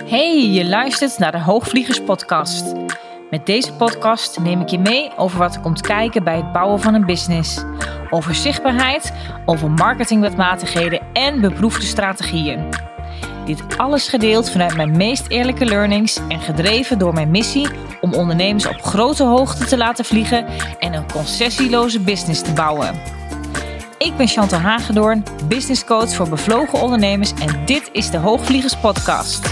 Hey, je luistert naar de Hoogvliegers podcast. Met deze podcast neem ik je mee over wat er komt kijken bij het bouwen van een business. Over zichtbaarheid, over marketingwetmatigheden en beproefde strategieën. Dit alles gedeeld vanuit mijn meest eerlijke learnings en gedreven door mijn missie om ondernemers op grote hoogte te laten vliegen en een concessieloze business te bouwen. Ik ben Chantal Hagedoorn, business coach voor bevlogen ondernemers en dit is de Hoogvliegers podcast.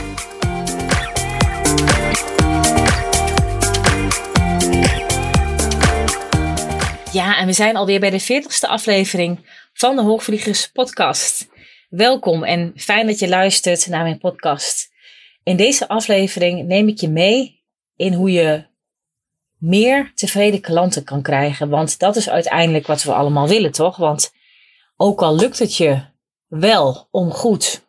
Ja, en we zijn alweer bij de 40ste aflevering van de Hoogvliegers podcast. Welkom en fijn dat je luistert naar mijn podcast. In deze aflevering neem ik je mee in hoe je meer tevreden klanten kan krijgen. Want dat is uiteindelijk wat we allemaal willen, toch? Want ook al lukt het je wel om goed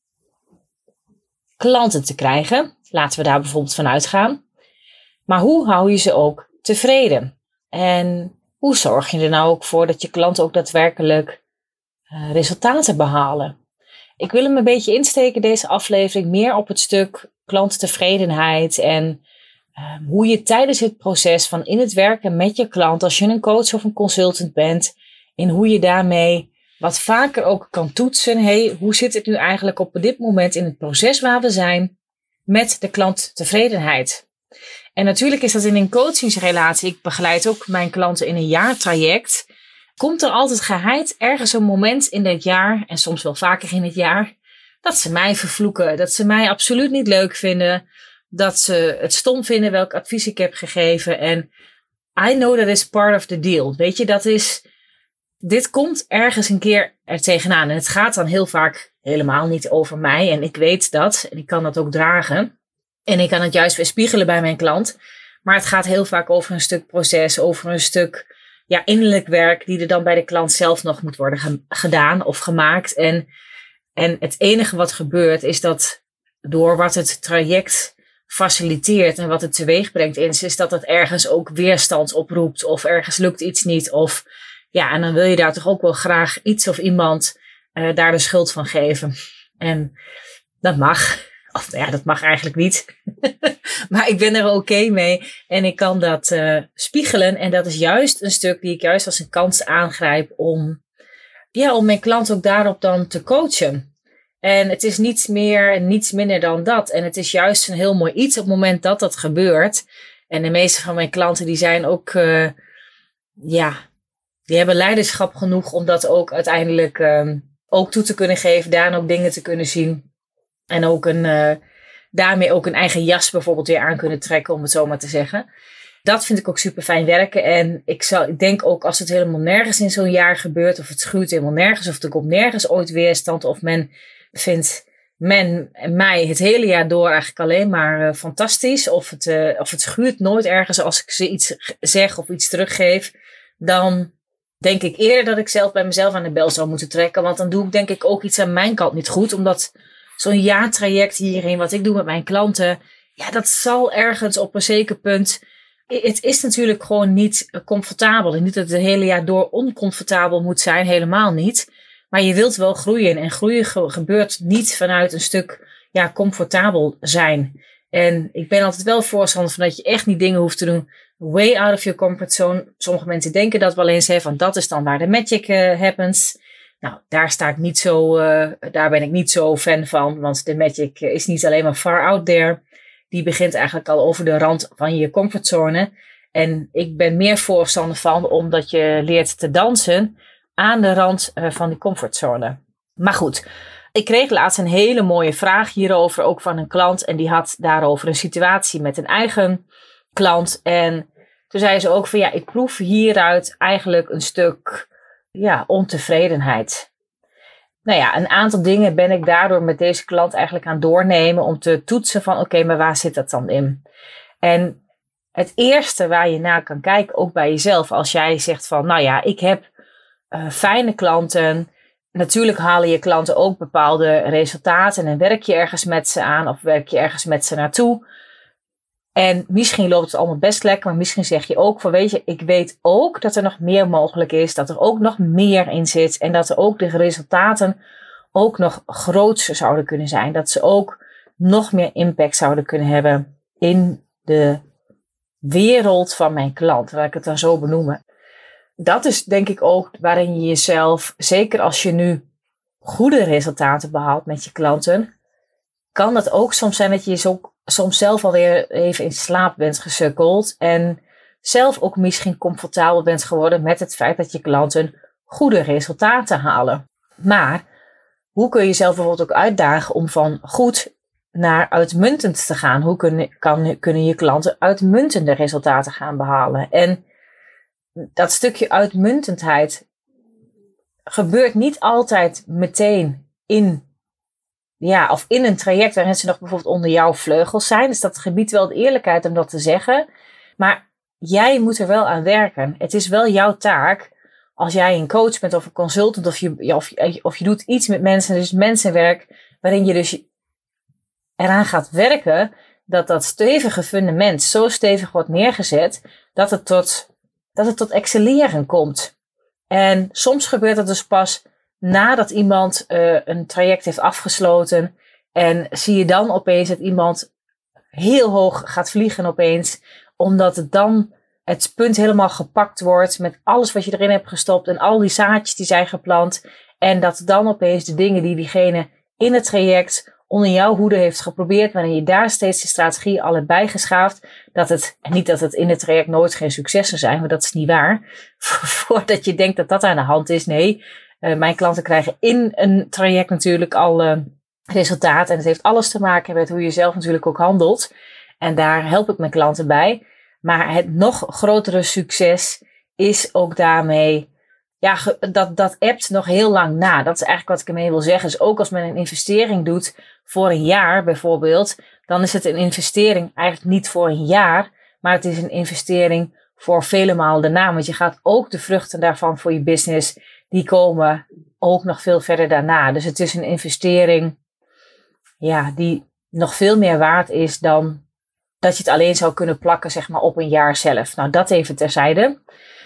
klanten te krijgen, laten we daar bijvoorbeeld van uitgaan. Maar hoe hou je ze ook tevreden? En hoe zorg je er nou ook voor dat je klanten ook daadwerkelijk resultaten behalen? Ik wil hem een beetje insteken, deze aflevering, meer op het stuk klanttevredenheid en hoe je tijdens het proces van in het werken met je klant, als je een coach of een consultant bent, en hoe je daarmee wat vaker ook kan toetsen. Hey, hoe zit het nu eigenlijk op dit moment in het proces waar we zijn met de klanttevredenheid? En natuurlijk is dat in een coachingsrelatie. Ik begeleid ook mijn klanten in een jaartraject. Komt er altijd geheid ergens een moment in het jaar, en soms wel vaker in het jaar, dat ze mij vervloeken. Dat ze mij absoluut niet leuk vinden. Dat ze het stom vinden welk advies ik heb gegeven. En I know that is part of the deal. Weet je, dit komt ergens een keer er tegenaan. En het gaat dan heel vaak helemaal niet over mij. En ik weet dat. En ik kan dat ook dragen. En ik kan het juist weer spiegelen bij mijn klant. Maar het gaat heel vaak over een stuk proces. Over een stuk innerlijk werk die er dan bij de klant zelf nog moet worden gedaan of gemaakt. En het enige wat gebeurt is dat door wat het traject faciliteert en wat het teweeg brengt is dat het ergens ook weerstand oproept. Of ergens lukt iets niet. Of en dan wil je daar toch ook wel graag iets of iemand daar de schuld van geven. En dat mag. Of dat mag eigenlijk niet. Maar ik ben er oké mee. En ik kan dat spiegelen. En dat is juist een stuk die ik juist als een kans aangrijp om mijn klant ook daarop dan te coachen. En het is niets meer en niets minder dan dat. En het is juist een heel mooi iets op het moment dat dat gebeurt. En de meeste van mijn klanten die zijn ook, die hebben leiderschap genoeg om dat ook uiteindelijk ook toe te kunnen geven. Daarna ook dingen te kunnen zien. En ook daarmee ook een eigen jas bijvoorbeeld weer aan kunnen trekken, om het zo maar te zeggen. Dat vind ik ook super fijn werken. En ik denk ook als het helemaal nergens in zo'n jaar gebeurt, of het schuurt helemaal nergens, of er komt nergens ooit weerstand, of men vindt mij het hele jaar door eigenlijk alleen maar fantastisch, of het schuurt nooit ergens als ik ze iets zeg of iets teruggeef, dan denk ik eerder dat ik zelf bij mezelf aan de bel zou moeten trekken. Want dan doe ik denk ik ook iets aan mijn kant niet goed, omdat zo'n jaartraject hierin, wat ik doe met mijn klanten, dat zal ergens op een zeker punt. Het is natuurlijk gewoon niet comfortabel. En niet dat het hele jaar door oncomfortabel moet zijn, helemaal niet. Maar je wilt wel groeien. En groeien gebeurt niet vanuit een stuk comfortabel zijn. En ik ben altijd wel voorstander van dat je echt niet dingen hoeft te doen way out of your comfort zone. Sommige mensen denken dat wel eens, van dat is dan waar de magic happens. Nou, daar ben ik niet zo fan van, want de magic is niet alleen maar far out there. Die begint eigenlijk al over de rand van je comfortzone. En ik ben meer voorstander van, omdat je leert te dansen aan de rand van die comfortzone. Maar goed, ik kreeg laatst een hele mooie vraag hierover, ook van een klant. En die had daarover een situatie met een eigen klant. En toen zei ze ook van ik proef hieruit eigenlijk een stuk ontevredenheid. Een aantal dingen ben ik daardoor met deze klant eigenlijk aan doornemen om te toetsen van oké, maar waar zit dat dan in? En het eerste waar je naar kan kijken, ook bij jezelf, als jij zegt van ik heb fijne klanten. Natuurlijk halen je klanten ook bepaalde resultaten en werk je ergens met ze aan of werk je ergens met ze naartoe. En misschien loopt het allemaal best lekker, maar misschien zeg je ook van weet je, ik weet ook dat er nog meer mogelijk is, dat er ook nog meer in zit en dat er ook de resultaten ook nog grootser zouden kunnen zijn. Dat ze ook nog meer impact zouden kunnen hebben in de wereld van mijn klant. Laat ik het dan zo benoemen. Dat is denk ik ook waarin je jezelf, zeker als je nu goede resultaten behaalt met je klanten, kan het ook soms zijn dat je soms zelf alweer even in slaap bent gesukkeld en zelf ook misschien comfortabel bent geworden met het feit dat je klanten goede resultaten halen. Maar hoe kun je jezelf bijvoorbeeld ook uitdagen om van goed naar uitmuntend te gaan? Hoe kunnen je klanten uitmuntende resultaten gaan behalen? En dat stukje uitmuntendheid gebeurt niet altijd meteen in een traject waarin ze nog bijvoorbeeld onder jouw vleugels zijn. Dus dat gebied wel de eerlijkheid om dat te zeggen. Maar jij moet er wel aan werken. Het is wel jouw taak. Als jij een coach bent of een consultant of je doet iets met mensen, dus mensenwerk, waarin je dus eraan gaat werken, dat stevige fundament zo stevig wordt neergezet, dat het tot excelleren komt. En soms gebeurt dat dus pas nadat iemand een traject heeft afgesloten en zie je dan opeens dat iemand heel hoog gaat vliegen opeens, omdat het dan het punt helemaal gepakt wordt met alles wat je erin hebt gestopt en al die zaadjes die zijn geplant. En dat dan opeens de dingen die diegene in het traject onder jouw hoede heeft geprobeerd, waarin je daar steeds de strategie al hebt bijgeschaafd, niet dat het in het traject nooit geen successen zijn, maar dat is niet waar. Voordat je denkt dat dat aan de hand is, nee. Mijn klanten krijgen in een traject natuurlijk al resultaat. En het heeft alles te maken met hoe je zelf natuurlijk ook handelt. En daar help ik mijn klanten bij. Maar het nog grotere succes is ook daarmee, dat appt nog heel lang na. Dat is eigenlijk wat ik ermee wil zeggen. Dus ook als men een investering doet voor een jaar bijvoorbeeld, dan is het een investering eigenlijk niet voor een jaar, maar het is een investering voor vele malen daarna. Want je gaat ook de vruchten daarvan voor je business, die komen ook nog veel verder daarna. Dus het is een investering die nog veel meer waard is dan dat je het alleen zou kunnen plakken, zeg maar, op een jaar zelf. Nou, dat even terzijde.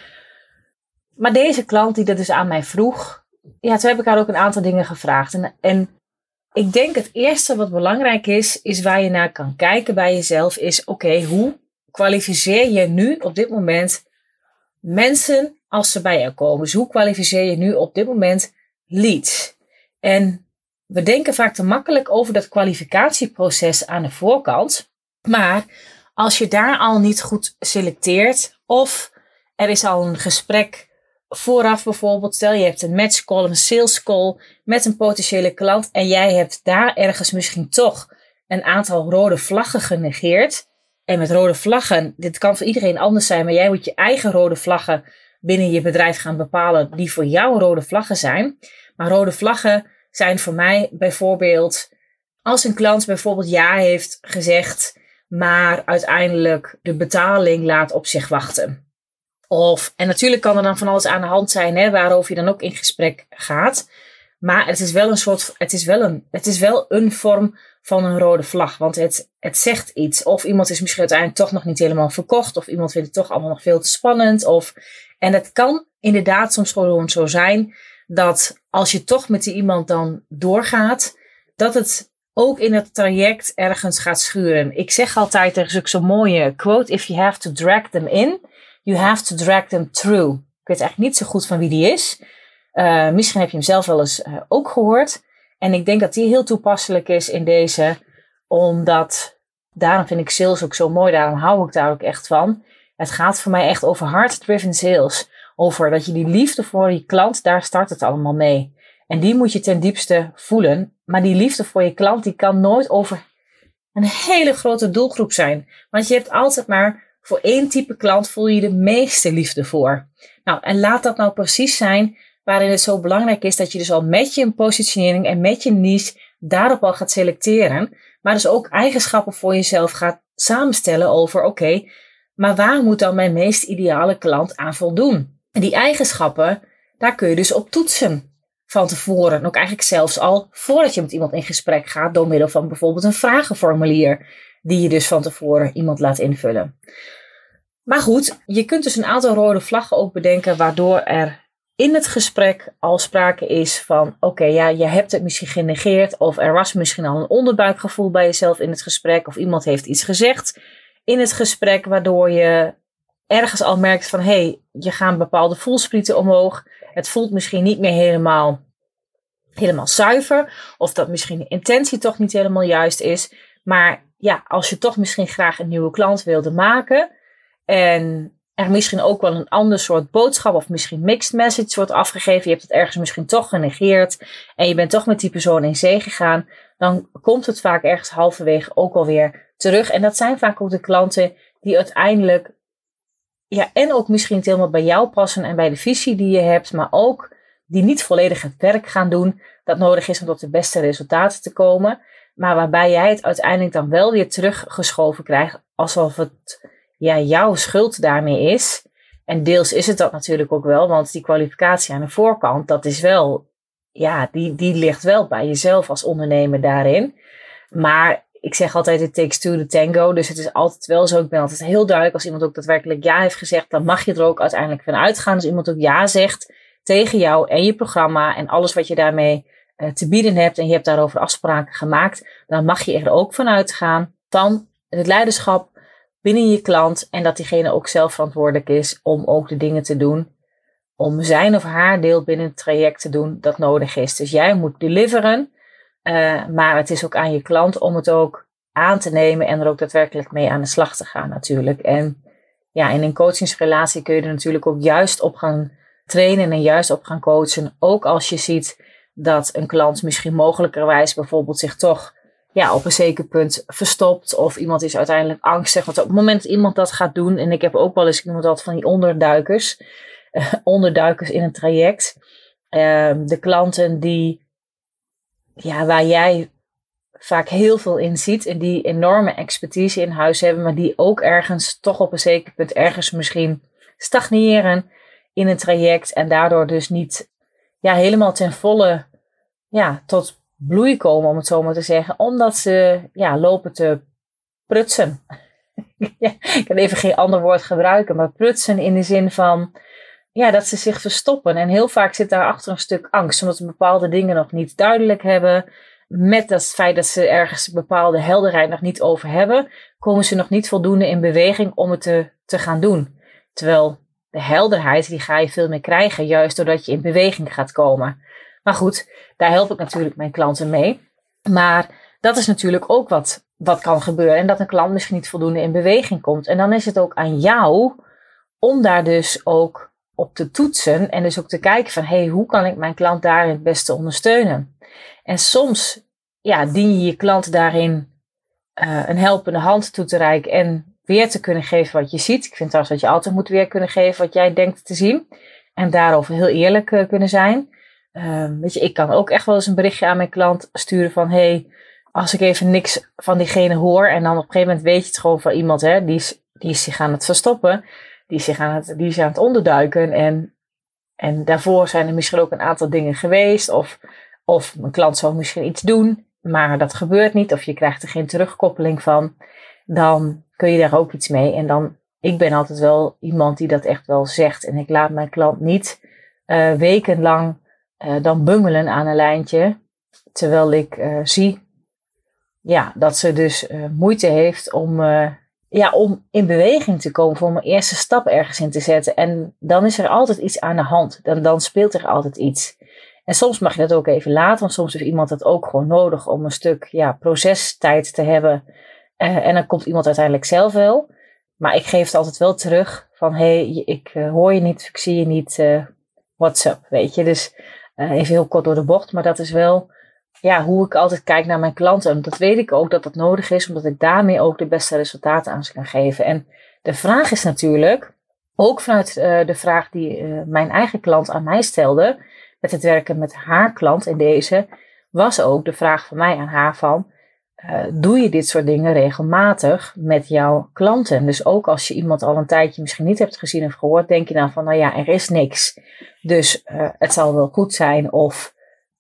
Maar deze klant die dat dus aan mij vroeg, toen heb ik haar ook een aantal dingen gevraagd. En ik denk het eerste wat belangrijk is waar je naar kan kijken bij jezelf, is oké, hoe kwalificeer je nu op dit moment mensen als ze bij jou komen? Dus hoe kwalificeer je nu op dit moment leads? En we denken vaak te makkelijk over dat kwalificatieproces aan de voorkant. Maar als je daar al niet goed selecteert, of er is al een gesprek vooraf bijvoorbeeld, stel je hebt een match call, een sales call met een potentiële klant en jij hebt daar ergens misschien toch een aantal rode vlaggen genegeerd. En met rode vlaggen, dit kan voor iedereen anders zijn, maar jij moet je eigen rode vlaggen binnen je bedrijf gaan bepalen die voor jou rode vlaggen zijn. Maar rode vlaggen zijn voor mij bijvoorbeeld als een klant bijvoorbeeld ja heeft gezegd, maar uiteindelijk de betaling laat op zich wachten. En natuurlijk kan er dan van alles aan de hand zijn, waarover je dan ook in gesprek gaat. Maar het is wel een vorm van een rode vlag. Want het zegt iets. Of iemand is misschien uiteindelijk toch nog niet helemaal verkocht. Of iemand vindt het toch allemaal nog veel te spannend. En het kan inderdaad soms gewoon zo zijn dat als je toch met die iemand dan doorgaat, dat het ook in het traject ergens gaat schuren. Ik zeg altijd, er is ook zo'n mooie quote: if you have to drag them in, you have to drag them through. Ik weet eigenlijk niet zo goed van wie die is. Misschien heb je hem zelf wel eens ook gehoord. En ik denk dat die heel toepasselijk is in deze. Omdat, daarom vind ik sales ook zo mooi. Daarom hou ik daar ook echt van. Het gaat voor mij echt over heart-driven sales. Over dat je die liefde voor je klant, daar start het allemaal mee. En die moet je ten diepste voelen. Maar die liefde voor je klant, die kan nooit over een hele grote doelgroep zijn. Want je hebt altijd maar voor één type klant voel je de meeste liefde voor. Nou, en laat dat nou precies zijn waarin het zo belangrijk is dat je dus al met je positionering en met je niche daarop al gaat selecteren. Maar dus ook eigenschappen voor jezelf gaat samenstellen over oké, maar waar moet dan mijn meest ideale klant aan voldoen? En die eigenschappen, daar kun je dus op toetsen van tevoren. En ook eigenlijk zelfs al voordat je met iemand in gesprek gaat door middel van bijvoorbeeld een vragenformulier die je dus van tevoren iemand laat invullen. Maar goed, je kunt dus een aantal rode vlaggen ook bedenken waardoor er in het gesprek al sprake is van, oké, je hebt het misschien genegeerd of er was misschien al een onderbuikgevoel bij jezelf in het gesprek of iemand heeft iets gezegd in het gesprek waardoor je ergens al merkt van, je gaan bepaalde voelsprieten omhoog. Het voelt misschien niet meer helemaal zuiver of dat misschien de intentie toch niet helemaal juist is. Maar ja, als je toch misschien graag een nieuwe klant wilde maken en er misschien ook wel een ander soort boodschap of misschien mixed message wordt afgegeven. Je hebt het ergens misschien toch genegeerd en je bent toch met die persoon in zee gegaan. Dan komt het vaak ergens halverwege ook alweer terug. En dat zijn vaak ook de klanten die uiteindelijk, en ook misschien niet helemaal bij jou passen en bij de visie die je hebt. Maar ook die niet volledig het werk gaan doen dat nodig is om tot de beste resultaten te komen. Maar waarbij jij het uiteindelijk dan wel weer teruggeschoven krijgt alsof het jouw schuld daarmee is. En deels is het dat natuurlijk ook wel, want die kwalificatie aan de voorkant, dat is wel, die ligt wel bij jezelf als ondernemer daarin. Maar ik zeg altijd, it takes two to tango, dus het is altijd wel zo. Ik ben altijd heel duidelijk, als iemand ook daadwerkelijk ja heeft gezegd, dan mag je er ook uiteindelijk van uitgaan. Als iemand ook ja zegt tegen jou en je programma en alles wat je daarmee te bieden hebt en je hebt daarover afspraken gemaakt, dan mag je er ook van uitgaan van het leiderschap binnen je klant en dat diegene ook zelf verantwoordelijk is om ook de dingen te doen, om zijn of haar deel binnen het traject te doen dat nodig is. Dus jij moet deliveren, maar het is ook aan je klant om het ook aan te nemen en er ook daadwerkelijk mee aan de slag te gaan natuurlijk. En in een coachingsrelatie kun je er natuurlijk ook juist op gaan trainen en juist op gaan coachen. Ook als je ziet dat een klant misschien mogelijkerwijs bijvoorbeeld zich toch op een zeker punt verstopt. Of iemand is uiteindelijk angstig. Want op het moment dat iemand dat gaat doen. En ik heb ook wel eens, ik noem het altijd van die onderduikers. Onderduikers in een traject. De klanten die, waar jij vaak heel veel in ziet. En die enorme expertise in huis hebben. Maar die ook ergens toch op een zeker punt ergens misschien stagneren in een traject. En daardoor dus niet helemaal ten volle tot bloei komen, om het zo maar te zeggen, omdat ze lopen te prutsen. Ik kan even geen ander woord gebruiken, maar prutsen in de zin van dat ze zich verstoppen. En heel vaak zit daarachter een stuk angst, omdat ze bepaalde dingen nog niet duidelijk hebben. Met dat feit dat ze ergens een bepaalde helderheid nog niet over hebben, komen ze nog niet voldoende in beweging om het te gaan doen. Terwijl de helderheid, die ga je veel meer krijgen, juist doordat je in beweging gaat komen. Maar goed, daar help ik natuurlijk mijn klanten mee. Maar dat is natuurlijk ook wat kan gebeuren. En dat een klant misschien niet voldoende in beweging komt. En dan is het ook aan jou om daar dus ook op te toetsen. En dus ook te kijken van, hoe kan ik mijn klant daarin het beste ondersteunen? En soms dien je je klant daarin een helpende hand toe te reiken. En weer te kunnen geven wat je ziet. Ik vind trouwens dat je altijd moet weer kunnen geven wat jij denkt te zien. En daarover heel eerlijk kunnen zijn. Ik kan ook echt wel eens een berichtje aan mijn klant sturen van, als ik even niks van diegene hoor en dan op een gegeven moment weet je het gewoon van iemand, die is zich aan het verstoppen, die is aan het onderduiken en daarvoor zijn er misschien ook een aantal dingen geweest of mijn klant zou misschien iets doen, maar dat gebeurt niet of je krijgt er geen terugkoppeling van, dan kun je daar ook iets mee. En dan, ik ben altijd wel iemand die dat echt wel zegt en ik laat mijn klant niet wekenlang dan bungelen aan een lijntje. Terwijl ik zie dat ze dus moeite heeft om in beweging te komen. Voor mijn eerste stap ergens in te zetten. En dan is er altijd iets aan de hand. Dan speelt er altijd iets. En soms mag je dat ook even laten. Want soms heeft iemand dat ook gewoon nodig om een stuk procestijd te hebben. En dan komt iemand uiteindelijk zelf wel. Maar ik geef het altijd wel terug. Van ik hoor je niet, ik zie je niet. What's up, weet je. Dus even heel kort door de bocht, maar dat is wel hoe ik altijd kijk naar mijn klanten. En dat weet ik ook dat dat nodig is, omdat ik daarmee ook de beste resultaten aan ze kan geven. En de vraag is natuurlijk, ook vanuit de vraag die mijn eigen klant aan mij stelde, met het werken met haar klant in deze, was ook de vraag van mij aan haar van, doe je dit soort dingen regelmatig met jouw klanten? Dus ook als je iemand al een tijdje misschien niet hebt gezien of gehoord, denk je dan van, er is niks. Dus het zal wel goed zijn. Of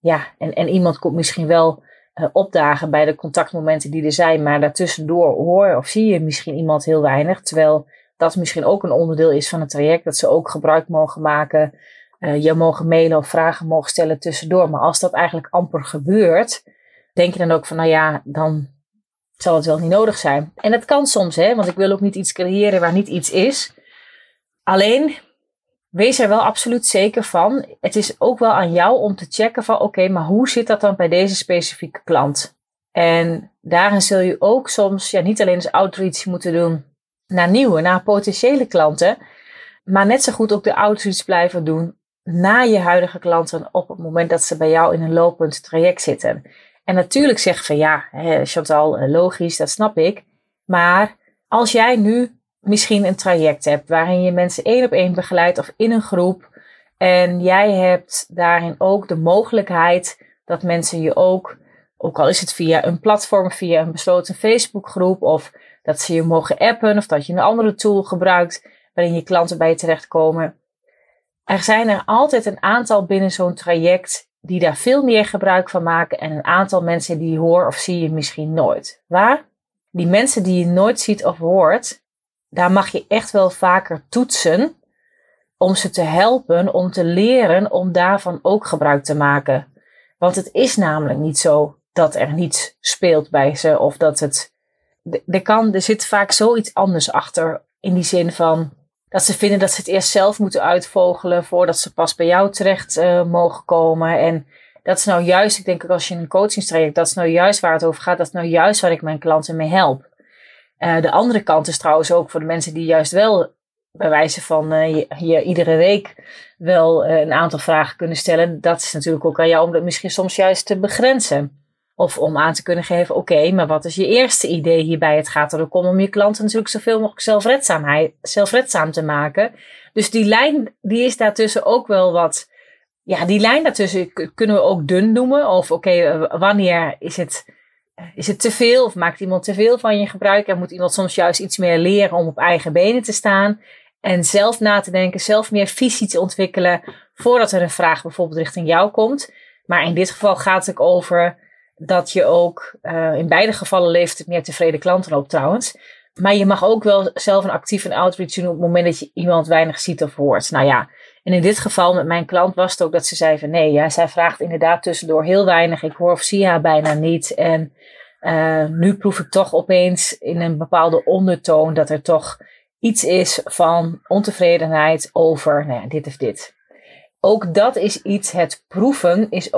en iemand komt misschien wel opdagen bij de contactmomenten die er zijn, maar daartussendoor hoor of zie je misschien iemand heel weinig. Terwijl dat misschien ook een onderdeel is van het traject, dat ze ook gebruik mogen maken je mogen mailen of vragen mogen stellen tussendoor. Maar als dat eigenlijk amper gebeurt, denk je dan ook van, nou ja, dan zal het wel niet nodig zijn. En dat kan soms, hè, want ik wil ook niet iets creëren waar niet iets is. Alleen, wees er wel absoluut zeker van. Het is ook wel aan jou om te checken van, oké, maar hoe zit dat dan bij deze specifieke klant? En daarin zul je ook soms niet alleen eens outreach moeten doen naar potentiële klanten, maar net zo goed ook de outreach blijven doen naar je huidige klanten op het moment dat ze bij jou in een lopend traject zitten. En natuurlijk zeg je van ja, Chantal, logisch, dat snap ik. Maar als jij nu misschien een traject hebt waarin je mensen 1-op-1 begeleidt of in een groep en jij hebt daarin ook de mogelijkheid dat mensen je ook al is het via een platform, via een besloten Facebookgroep of dat ze je mogen appen of dat je een andere tool gebruikt waarin je klanten bij je terechtkomen. Er zijn er altijd een aantal binnen zo'n traject die daar veel meer gebruik van maken en een aantal mensen die je hoort of zie je misschien nooit. Waar? Die mensen die je nooit ziet of hoort, daar mag je echt wel vaker toetsen om ze te helpen, om te leren om daarvan ook gebruik te maken. Want het is namelijk niet zo dat er niets speelt bij ze of dat het... Er zit vaak zoiets anders achter in die zin van dat ze vinden dat ze het eerst zelf moeten uitvogelen voordat ze pas bij jou terecht mogen komen. En dat is nou juist, ik denk ook als je in een coachingstraject, dat is nou juist waar het over gaat. Dat is nou juist waar ik mijn klanten mee help. De andere kant is trouwens ook voor de mensen die juist wel bij wijze van je iedere week wel een aantal vragen kunnen stellen. Dat is natuurlijk ook aan jou om dat misschien soms juist te begrenzen. Of om aan te kunnen geven, oké, maar wat is je eerste idee hierbij? Het gaat er ook om je klanten natuurlijk zoveel mogelijk zelfredzaam te maken. Dus die lijn, die is daartussen ook wel wat... Ja, die lijn daartussen kunnen we ook dun noemen. Of wanneer is het te veel? Of maakt iemand te veel van je gebruik? En moet iemand soms juist iets meer leren om op eigen benen te staan? En zelf na te denken, zelf meer visie te ontwikkelen voordat er een vraag bijvoorbeeld richting jou komt. Maar in dit geval gaat het ook over dat je ook, in beide gevallen levert het meer tevreden klanten op trouwens. Maar je mag ook wel zelf een actieve outreach doen op het moment dat je iemand weinig ziet of hoort. Nou ja, en in dit geval met mijn klant was het ook dat ze zei van nee, ja, zij vraagt inderdaad tussendoor heel weinig. Ik hoor of zie haar bijna niet. En nu proef ik toch opeens in een bepaalde ondertoon dat er toch iets is van ontevredenheid over dit of dit. Ook dat is iets, het proeven is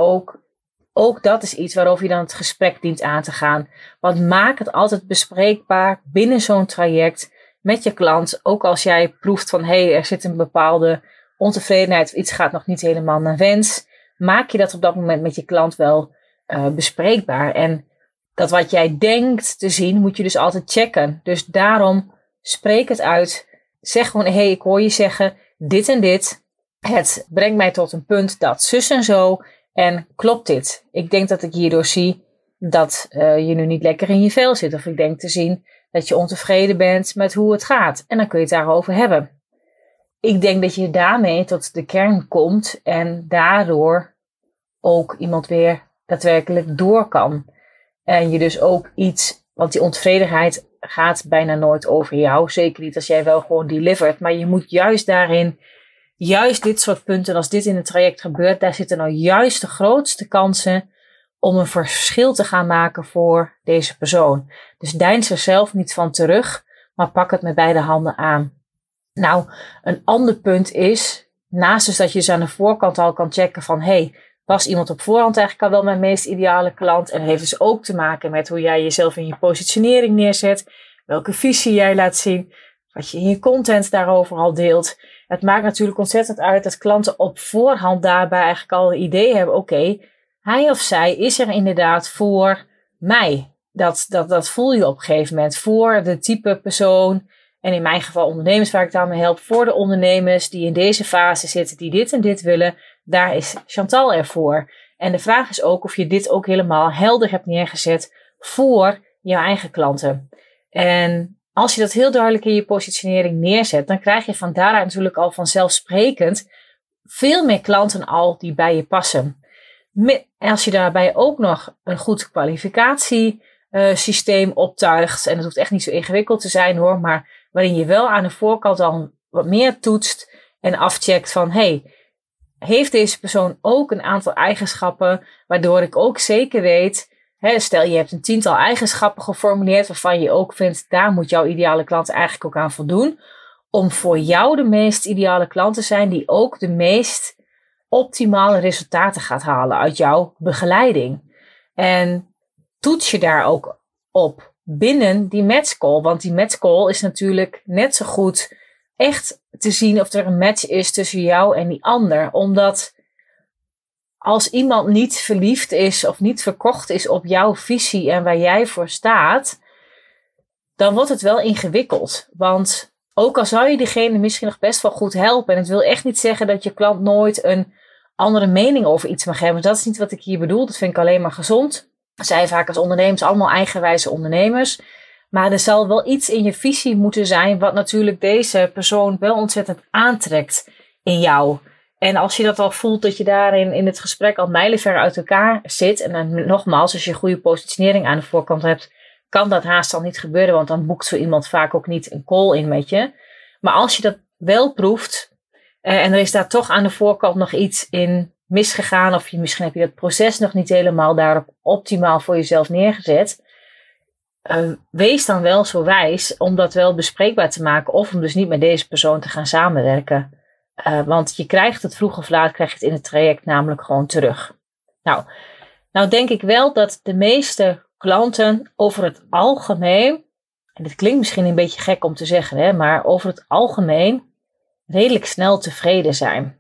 ook dat is iets waarover je dan het gesprek dient aan te gaan. Want maak het altijd bespreekbaar binnen zo'n traject met je klant. Ook als jij proeft van er zit een bepaalde ontevredenheid of iets gaat nog niet helemaal naar wens. Maak je dat op dat moment met je klant wel bespreekbaar. En dat wat jij denkt te zien moet je dus altijd checken. Dus daarom spreek het uit. Zeg gewoon ik hoor je zeggen dit en dit. Het brengt mij tot een punt dat zus en zo. En klopt dit? Ik denk dat ik hierdoor zie dat je nu niet lekker in je vel zit. Of ik denk te zien dat je ontevreden bent met hoe het gaat. En dan kun je het daarover hebben. Ik denk dat je daarmee tot de kern komt. En daardoor ook iemand weer daadwerkelijk door kan. En je dus ook iets, want die ontevredenheid gaat bijna nooit over jou. Zeker niet als jij wel gewoon delivert. Maar je moet juist daarin... Juist dit soort punten, als dit in het traject gebeurt, daar zitten nou juist de grootste kansen om een verschil te gaan maken voor deze persoon. Dus deins er zelf niet van terug, maar pak het met beide handen aan. Nou, een ander punt is, naast dus dat je dus aan de voorkant al kan checken van, was iemand op voorhand eigenlijk al wel mijn meest ideale klant? En heeft dus ook te maken met hoe jij jezelf in je positionering neerzet, welke visie jij laat zien, wat je in je content daarover al deelt. Het maakt natuurlijk ontzettend uit dat klanten op voorhand daarbij eigenlijk al een idee hebben. Hij of zij is er inderdaad voor mij. Dat voel je op een gegeven moment. Voor de type persoon. En in mijn geval ondernemers waar ik daarmee help. Voor de ondernemers die in deze fase zitten. Die dit en dit willen. Daar is Chantal er voor. En de vraag is ook of je dit ook helemaal helder hebt neergezet. Voor jouw eigen klanten. En als je dat heel duidelijk in je positionering neerzet, dan krijg je van daaruit natuurlijk al vanzelfsprekend veel meer klanten al die bij je passen. En als je daarbij ook nog een goed kwalificatiesysteem optuigt, en dat hoeft echt niet zo ingewikkeld te zijn hoor, maar waarin je wel aan de voorkant al wat meer toetst en afcheckt van heeft deze persoon ook een aantal eigenschappen waardoor ik ook zeker weet, stel je hebt een 10-tal eigenschappen geformuleerd waarvan je ook vindt, daar moet jouw ideale klant eigenlijk ook aan voldoen, om voor jou de meest ideale klant te zijn die ook de meest optimale resultaten gaat halen uit jouw begeleiding. En toets je daar ook op binnen die matchcall, want die matchcall is natuurlijk net zo goed echt te zien of er een match is tussen jou en die ander. Omdat als iemand niet verliefd is of niet verkocht is op jouw visie en waar jij voor staat, dan wordt het wel ingewikkeld. Want ook al zou je diegene misschien nog best wel goed helpen, en het wil echt niet zeggen dat je klant nooit een andere mening over iets mag hebben. Dat is niet wat ik hier bedoel. Dat vind ik alleen maar gezond. Zij vaak als ondernemers allemaal eigenwijze ondernemers. Maar er zal wel iets in je visie moeten zijn wat natuurlijk deze persoon wel ontzettend aantrekt in jou. En als je dat al voelt dat je daarin in het gesprek al mijlenver uit elkaar zit. En dan nogmaals, als je goede positionering aan de voorkant hebt, kan dat haast al niet gebeuren. Want dan boekt zo iemand vaak ook niet een call in met je. Maar als je dat wel proeft en er is daar toch aan de voorkant nog iets in misgegaan. Of misschien heb je dat proces nog niet helemaal daarop optimaal voor jezelf neergezet. Wees dan wel zo wijs om dat wel bespreekbaar te maken. Of om dus niet met deze persoon te gaan samenwerken. Want je krijgt het vroeg of laat krijg je het in het traject namelijk gewoon terug. Nou denk ik wel dat de meeste klanten over het algemeen, en dit klinkt misschien een beetje gek om te zeggen, maar over het algemeen redelijk snel tevreden zijn.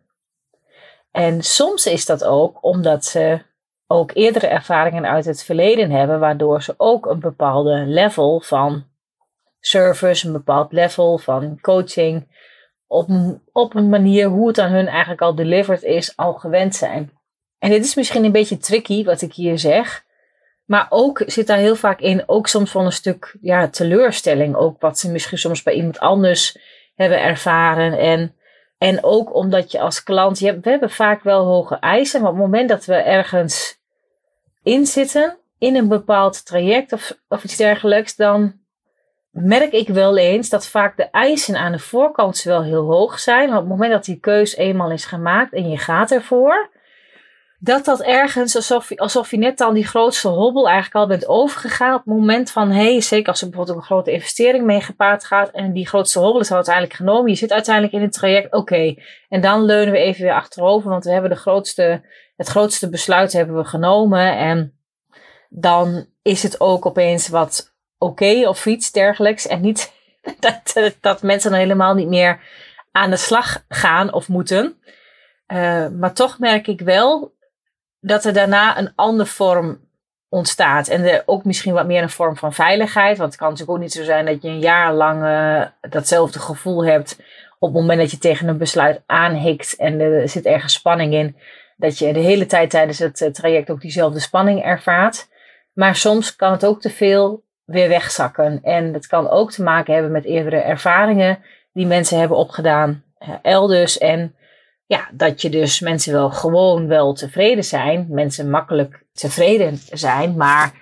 En soms is dat ook omdat ze ook eerdere ervaringen uit het verleden hebben, waardoor ze ook een bepaalde level van service, een bepaald level van coaching, op een manier hoe het aan hun eigenlijk al delivered is, al gewend zijn. En dit is misschien een beetje tricky wat ik hier zeg, maar ook zit daar heel vaak in, ook soms van een stuk teleurstelling, ook wat ze misschien soms bij iemand anders hebben ervaren. En ook omdat je als klant, we hebben vaak wel hoge eisen, maar op het moment dat we ergens in zitten, in een bepaald traject of iets dergelijks, dan merk ik wel eens dat vaak de eisen aan de voorkant wel heel hoog zijn. Maar op het moment dat die keus eenmaal is gemaakt en je gaat ervoor, dat ergens alsof je net dan die grootste hobbel eigenlijk al bent overgegaan. Op het moment van, zeker als er bijvoorbeeld ook een grote investering mee gepaard gaat en die grootste hobbel is al uiteindelijk genomen. Je zit uiteindelijk in het traject, oké. En dan leunen we even weer achterover, want we hebben het grootste besluit hebben we genomen. En dan is het ook opeens wat oké of iets dergelijks. En niet dat mensen dan helemaal niet meer aan de slag gaan of moeten. Maar toch merk ik wel dat er daarna een andere vorm ontstaat. En ook misschien wat meer een vorm van veiligheid. Want het kan natuurlijk ook niet zo zijn dat je een jaar lang datzelfde gevoel hebt. Op het moment dat je tegen een besluit aanhikt en er zit ergens spanning in. Dat je de hele tijd tijdens het traject ook diezelfde spanning ervaart. Maar soms kan het ook te veel weer wegzakken. En dat kan ook te maken hebben met eerdere ervaringen die mensen hebben opgedaan elders. En dat je dus mensen wel tevreden zijn. Mensen makkelijk tevreden zijn. Maar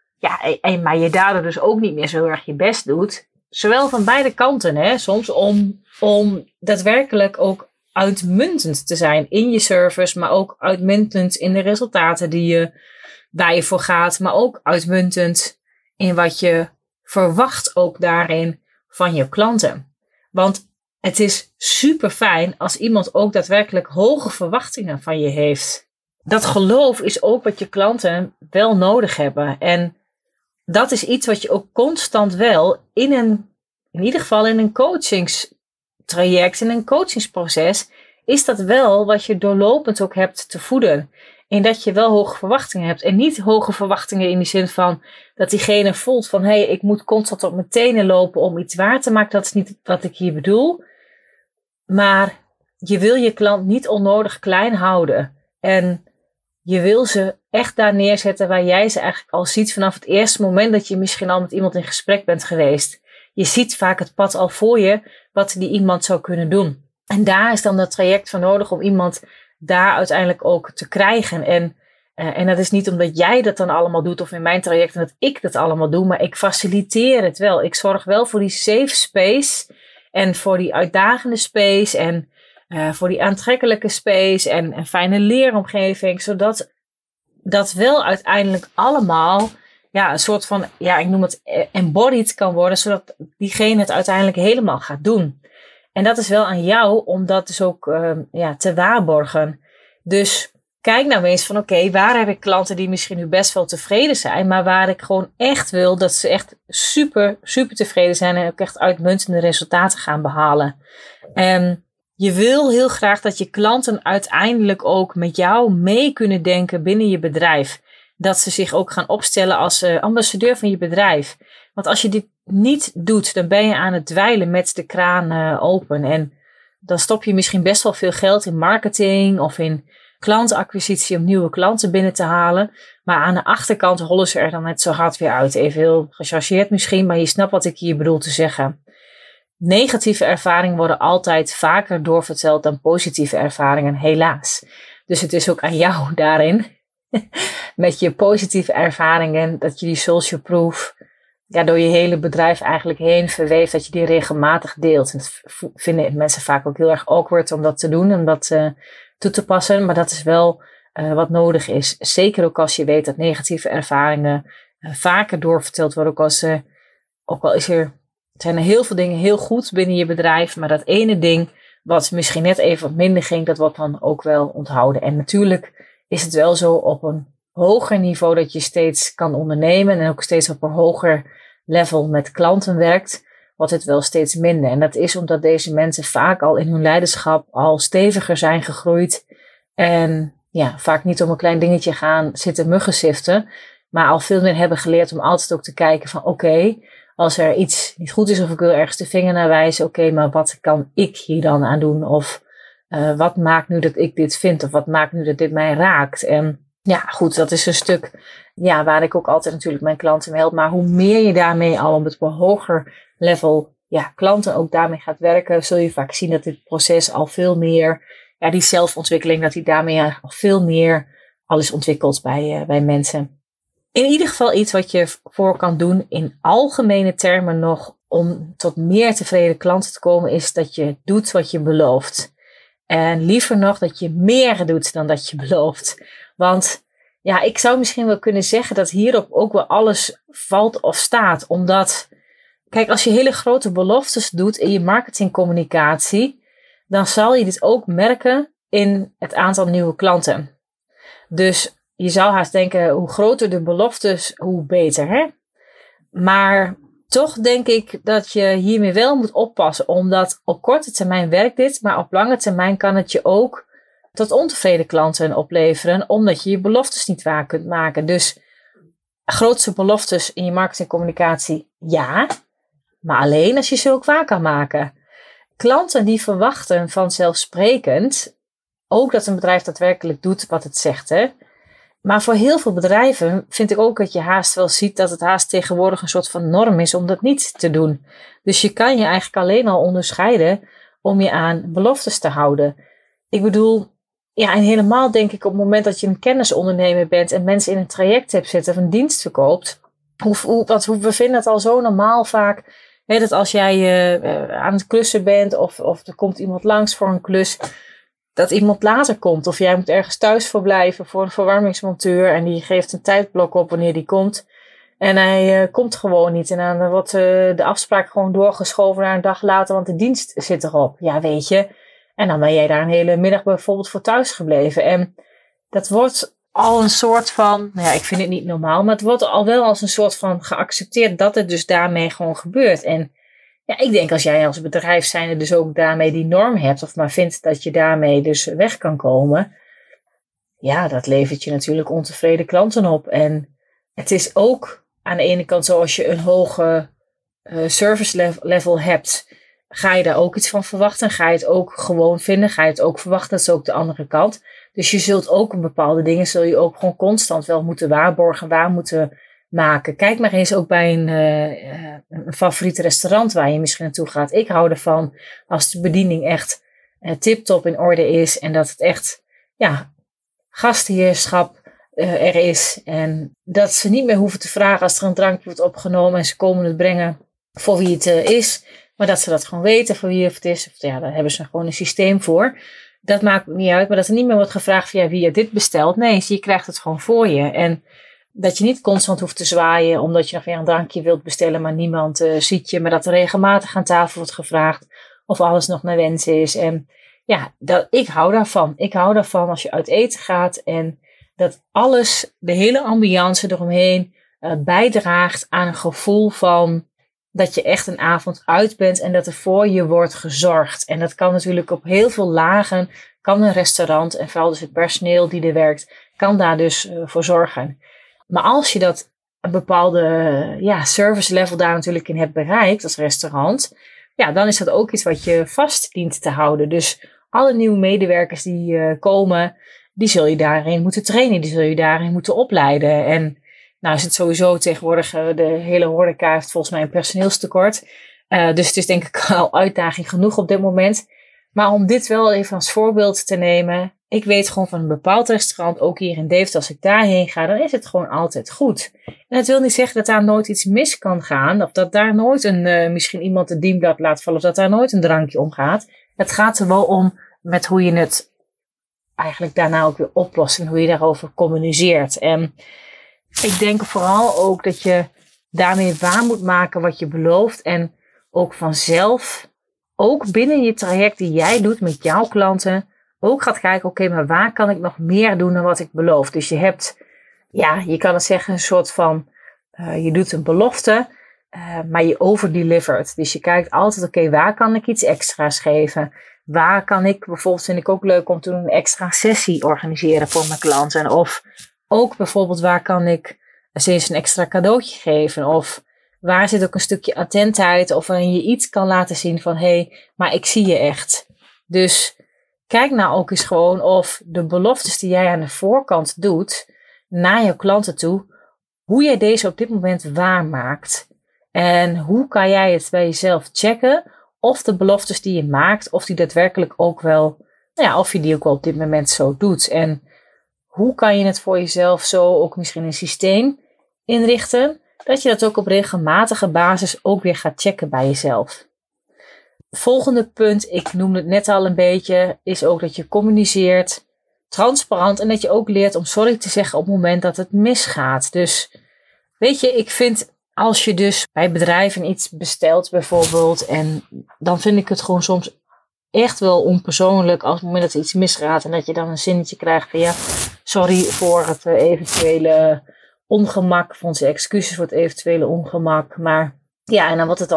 je daardoor dus ook niet meer zo heel erg je best doet. Zowel van beide kanten. Soms om daadwerkelijk ook uitmuntend te zijn in je service. Maar ook uitmuntend in de resultaten waar je voor gaat. Maar ook uitmuntend in wat je verwacht ook daarin van je klanten. Want het is super fijn als iemand ook daadwerkelijk hoge verwachtingen van je heeft. Dat geloof is ook wat je klanten wel nodig hebben. En dat is iets wat je ook constant wel in ieder geval in een coachingstraject, in een coachingsproces, is dat wel wat je doorlopend ook hebt te voeden. En dat je wel hoge verwachtingen hebt. En niet hoge verwachtingen in de zin van dat diegene voelt van ik moet constant op mijn tenen lopen om iets waar te maken. Dat is niet wat ik hier bedoel. Maar je wil je klant niet onnodig klein houden. En je wil ze echt daar neerzetten waar jij ze eigenlijk al ziet vanaf het eerste moment dat je misschien al met iemand in gesprek bent geweest. Je ziet vaak het pad al voor je wat die iemand zou kunnen doen. En daar is dan dat traject voor nodig om iemand daar uiteindelijk ook te krijgen. En dat is niet omdat jij dat dan allemaal doet of in mijn traject en dat ik dat allemaal doe, maar ik faciliteer het wel. Ik zorg wel voor die safe space en voor die uitdagende space en voor die aantrekkelijke space en een fijne leeromgeving. Zodat dat wel uiteindelijk allemaal een soort van, ik noem het embodied kan worden. Zodat diegene het uiteindelijk helemaal gaat doen. En dat is wel aan jou om dat dus ook te waarborgen. Dus kijk nou eens van oké, waar heb ik klanten die misschien nu best wel tevreden zijn. Maar waar ik gewoon echt wil dat ze echt super, super tevreden zijn. En ook echt uitmuntende resultaten gaan behalen. En je wil heel graag dat je klanten uiteindelijk ook met jou mee kunnen denken binnen je bedrijf. Dat ze zich ook gaan opstellen als ambassadeur van je bedrijf. Want als je dit niet doet, dan ben je aan het dweilen met de kraan open. En dan stop je misschien best wel veel geld in marketing of in klantacquisitie om nieuwe klanten binnen te halen. Maar aan de achterkant rollen ze er dan net zo hard weer uit. Even heel gechargeerd misschien, maar je snapt wat ik hier bedoel te zeggen. Negatieve ervaringen worden altijd vaker doorverteld dan positieve ervaringen, helaas. Dus het is ook aan jou daarin, met je positieve ervaringen, dat je die social proof door je hele bedrijf eigenlijk heen verweeft, dat je die regelmatig deelt. En dat vinden mensen vaak ook heel erg awkward om dat te doen, om dat toe te passen. Maar dat is wel wat nodig is. Zeker ook als je weet dat negatieve ervaringen vaker doorverteld worden. Ook al zijn er heel veel dingen heel goed binnen je bedrijf. Maar dat ene ding wat misschien net even wat minder ging, dat wordt dan ook wel onthouden. En natuurlijk is het wel zo op een hoger niveau dat je steeds kan ondernemen. En ook steeds op een hoger level met klanten werkt. Wordt het wel steeds minder. En dat is omdat deze mensen vaak al in hun leiderschap al steviger zijn gegroeid. En vaak niet om een klein dingetje gaan zitten muggensiften. Maar al veel meer hebben geleerd om altijd ook te kijken van oké, als er iets niet goed is of ik wil ergens de vinger naar wijzen. Oké, maar wat kan ik hier dan aan doen? Of wat maakt nu dat ik dit vind? Of wat maakt nu dat dit mij raakt? En goed, dat is een stuk waar ik ook altijd natuurlijk mijn klanten mee help. Maar hoe meer je daarmee al op het hoger level klanten ook daarmee gaat werken, zul je vaak zien dat dit proces al veel meer, die zelfontwikkeling, dat die daarmee al veel meer al is ontwikkeld bij mensen. In ieder geval iets wat je voor kan doen in algemene termen nog om tot meer tevreden klanten te komen, is dat je doet wat je belooft. En liever nog dat je meer doet dan dat je belooft. Want ik zou misschien wel kunnen zeggen dat hierop ook wel alles valt of staat. Omdat, kijk, als je hele grote beloftes doet in je marketingcommunicatie, dan zal je dit ook merken in het aantal nieuwe klanten. Dus je zou haast denken, hoe groter de beloftes, hoe beter, hè? Maar toch denk ik dat je hiermee wel moet oppassen. Omdat op korte termijn werkt dit, maar op lange termijn kan het je ook tot ontevreden klanten opleveren, omdat je je beloftes niet waar kunt maken. Dus grootste beloftes in je marketingcommunicatie, maar alleen als je ze ook waar kan maken. Klanten die verwachten vanzelfsprekend ook dat een bedrijf daadwerkelijk doet wat het zegt, hè. Maar voor heel veel bedrijven vind ik ook dat je haast wel ziet dat het haast tegenwoordig een soort van norm is om dat niet te doen. Dus je kan je eigenlijk alleen al onderscheiden om je aan beloftes te houden. Ik bedoel, en helemaal denk ik op het moment dat je een kennisondernemer bent en mensen in een traject hebt zitten of een dienst verkoopt. We vinden het al zo normaal vaak, dat als jij aan het klussen bent of er komt iemand langs voor een klus, dat iemand later komt. Of jij moet ergens thuis verblijven voor een verwarmingsmonteur en die geeft een tijdblok op wanneer die komt. En hij komt gewoon niet. En dan wordt de afspraak gewoon doorgeschoven naar een dag later, want de dienst zit erop. Ja, weet je. En dan ben jij daar een hele middag bijvoorbeeld voor thuis gebleven. En dat wordt al een soort van, ik vind het niet normaal, maar het wordt al wel als een soort van geaccepteerd dat het dus daarmee gewoon gebeurt. En ik denk als jij als bedrijf zijnde dus ook daarmee die norm hebt, of maar vindt dat je daarmee dus weg kan komen, dat levert je natuurlijk ontevreden klanten op. En het is ook aan de ene kant zo, als je een hoge service level hebt, ga je daar ook iets van verwachten. Ga je het ook gewoon vinden, ga je het ook verwachten, dat is ook de andere kant. Dus je zult ook een bepaalde dingen, zul je ook gewoon constant wel moeten waarborgen, waar moeten maken. Kijk maar eens ook bij een favoriet restaurant waar je misschien naartoe gaat. Ik hou ervan als de bediening echt tip-top in orde is en dat het echt gastheerschap er is. En dat ze niet meer hoeven te vragen als er een drankje wordt opgenomen en ze komen het brengen voor wie het is. Maar dat ze dat gewoon weten voor wie het is. Of ja, daar hebben ze gewoon een systeem voor. Dat maakt niet uit. Maar dat er niet meer wordt gevraagd van wie je dit bestelt. Nee, je krijgt het gewoon voor je. En dat je niet constant hoeft te zwaaien. Omdat je nog weer een drankje wilt bestellen. Maar niemand ziet je. Maar dat er regelmatig aan tafel wordt gevraagd. Of alles nog naar wens is. En ja, ik hou daarvan. Ik hou daarvan als je uit eten gaat. En dat alles, de hele ambiance eromheen bijdraagt aan een gevoel van dat je echt een avond uit bent en dat er voor je wordt gezorgd. En dat kan natuurlijk op heel veel lagen, kan een restaurant en vooral dus het personeel die er werkt, kan daar dus voor zorgen. Maar als je dat een bepaalde service level daar natuurlijk in hebt bereikt als restaurant, ja, dan is dat ook iets wat je vast dient te houden. Dus alle nieuwe medewerkers die komen, die zul je daarin moeten trainen, die zul je daarin moeten opleiden. En nou is het sowieso tegenwoordig, de hele horeca heeft volgens mij een personeelstekort. Dus het is denk ik al uitdaging genoeg op dit moment. Maar om dit wel even als voorbeeld te nemen. Ik weet gewoon van een bepaald restaurant, ook hier in Deventer, als ik daarheen ga, dan is het gewoon altijd goed. En dat wil niet zeggen dat daar nooit iets mis kan gaan. Of dat daar nooit misschien iemand een dienblad laat vallen. Of dat daar nooit een drankje omgaat. Het gaat er wel om met hoe je het eigenlijk daarna ook weer oplost. En hoe je daarover communiceert. En ik denk vooral ook dat je daarmee waar moet maken wat je belooft. En ook vanzelf, ook binnen je traject die jij doet met jouw klanten, ook gaat kijken, oké, maar waar kan ik nog meer doen dan wat ik beloof? Dus je hebt, ja, je kan het zeggen, een soort van, je doet een belofte, maar je overdelivert. Dus je kijkt altijd, oké, waar kan ik iets extra's geven? Waar kan ik, bijvoorbeeld vind ik ook leuk om te doen, een extra sessie organiseren voor mijn klanten. Of ook bijvoorbeeld, waar kan ik steeds een extra cadeautje geven? Of waar zit ook een stukje attentheid? Of waarin je iets kan laten zien van, hé, maar ik zie je echt. Dus kijk nou ook eens gewoon of de beloftes die jij aan de voorkant doet, naar jouw klanten toe, hoe jij deze op dit moment waarmaakt. En hoe kan jij het bij jezelf checken of de beloftes die je maakt, of die daadwerkelijk ook wel, of je die ook wel op dit moment zo doet. En hoe kan je het voor jezelf zo ook misschien een systeem inrichten, dat je dat ook op regelmatige basis ook weer gaat checken bij jezelf. Volgende punt, ik noemde het net al een beetje, is ook dat je communiceert, transparant en dat je ook leert om sorry te zeggen op het moment dat het misgaat. Dus weet je, ik vind als je dus bij bedrijven iets bestelt bijvoorbeeld, en dan vind ik het gewoon soms echt wel onpersoonlijk als op het moment dat er iets misgaat en dat je dan een zinnetje krijgt van sorry voor het eventuele ongemak, voor onze excuses voor het eventuele ongemak, maar ja, en dan wordt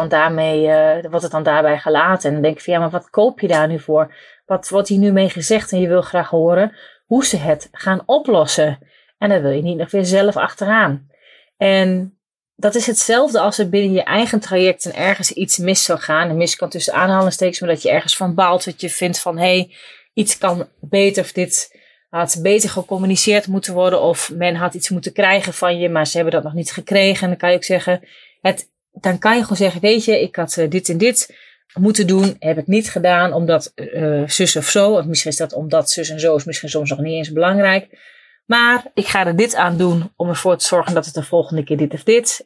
het dan daarbij gelaten. En dan denk ik van maar wat koop je daar nu voor? Wat wordt hier nu mee gezegd? En je wil graag horen hoe ze het gaan oplossen. En dan wil je niet nog weer zelf achteraan. En dat is hetzelfde als er binnen je eigen traject en ergens iets mis zou gaan. En mis kan tussen aanhalingstekens, maar dat je ergens van baalt. Dat je vindt van iets kan beter of dit had beter gecommuniceerd moeten worden. Of men had iets moeten krijgen van je, maar ze hebben dat nog niet gekregen. En dan kan je ook zeggen, dan kan je gewoon zeggen, weet je, ik had dit en dit moeten doen, heb ik niet gedaan, omdat zus of zo. Of misschien is dat omdat zus en zo is misschien soms nog niet eens belangrijk. Maar ik ga er dit aan doen om ervoor te zorgen dat het de volgende keer dit of dit.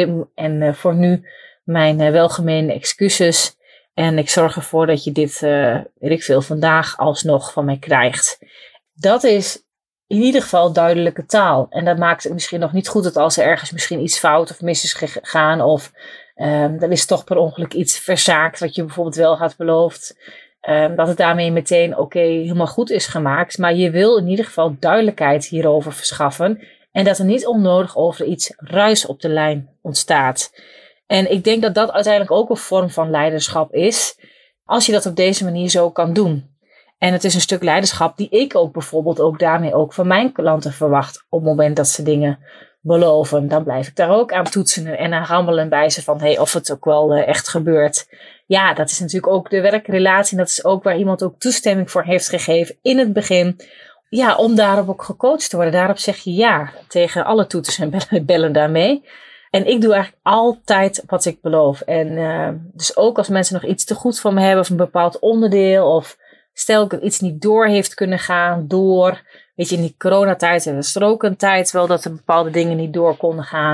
En voor nu mijn welgemeende excuses. En ik zorg ervoor dat je dit, weet ik veel, vandaag alsnog van mij krijgt. Dat is in ieder geval duidelijke taal. En dat maakt het misschien nog niet goed dat als er ergens misschien iets fout of mis is gegaan. Of er is toch per ongeluk iets verzaakt wat je bijvoorbeeld wel had beloofd. Dat het daarmee meteen helemaal goed is gemaakt. Maar je wil in ieder geval duidelijkheid hierover verschaffen. En dat er niet onnodig over iets ruis op de lijn ontstaat. En ik denk dat dat uiteindelijk ook een vorm van leiderschap is. Als je dat op deze manier zo kan doen. En het is een stuk leiderschap die ik ook bijvoorbeeld ook daarmee ook van mijn klanten verwacht. Op het moment dat ze dingen beloven. Dan blijf ik daar ook aan toetsen en aan rammelen bij ze van of het ook wel echt gebeurt. Ja, dat is natuurlijk ook de werkrelatie. En dat is ook waar iemand ook toestemming voor heeft gegeven in het begin. Ja, om daarop ook gecoacht te worden. Daarop zeg je ja tegen alle toetsen en bellen daarmee. En ik doe eigenlijk altijd wat ik beloof. En dus ook als mensen nog iets te goed van me hebben of een bepaald onderdeel. Of stel dat iets niet door heeft kunnen gaan Weet je, in die coronatijd was er ook een tijd wel dat er bepaalde dingen niet door konden gaan.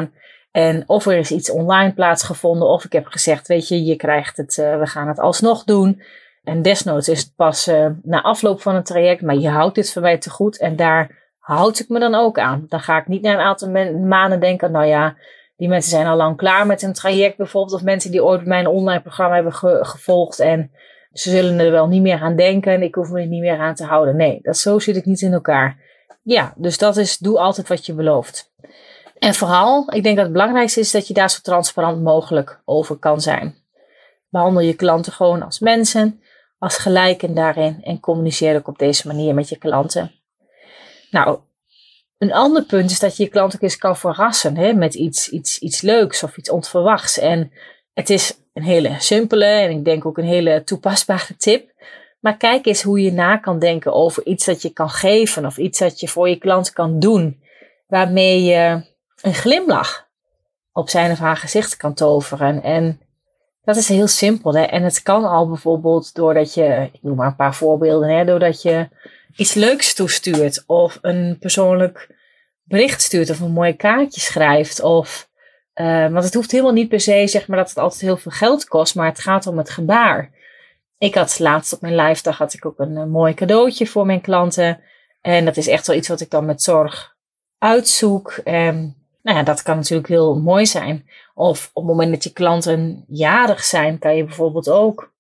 En of er is iets online plaatsgevonden, of ik heb gezegd, weet je, je krijgt het, we gaan het alsnog doen. En desnoods is het pas na afloop van het traject, maar je houdt dit voor mij te goed. En daar houd ik me dan ook aan. Dan ga ik niet na een aantal maanden denken, nou ja, die mensen zijn al lang klaar met een traject bijvoorbeeld. Of mensen die ooit mijn online programma hebben gevolgd en ze zullen er wel niet meer aan denken en ik hoef me er niet meer aan te houden. Nee, zo zit ik niet in elkaar. Ja, dus dat is, doe altijd wat je belooft. En vooral, ik denk dat het belangrijkste is dat je daar zo transparant mogelijk over kan zijn. Behandel je klanten gewoon als mensen, als gelijken daarin en communiceer ook op deze manier met je klanten. Nou, een ander punt is dat je je klant ook eens kan verrassen met iets leuks of iets onverwachts. En het is een hele simpele en ik denk ook een hele toepasbare tip. Maar kijk eens hoe je na kan denken over iets dat je kan geven of iets dat je voor je klant kan doen. Waarmee je een glimlach op zijn of haar gezicht kan toveren. En dat is heel simpel. Hè? En het kan al bijvoorbeeld doordat je, ik noem maar een paar voorbeelden, doordat je iets leuks toestuurt of een persoonlijk bericht stuurt of een mooi kaartje schrijft. Want het hoeft helemaal niet per se zeg maar, dat het altijd heel veel geld kost, maar het gaat om het gebaar. Ik had laatst op mijn live dag had ik ook een mooi cadeautje voor mijn klanten. En dat is echt wel iets wat ik dan met zorg uitzoek. En dat kan natuurlijk heel mooi zijn. Of op het moment dat je klanten jarig zijn, kan je bijvoorbeeld ook,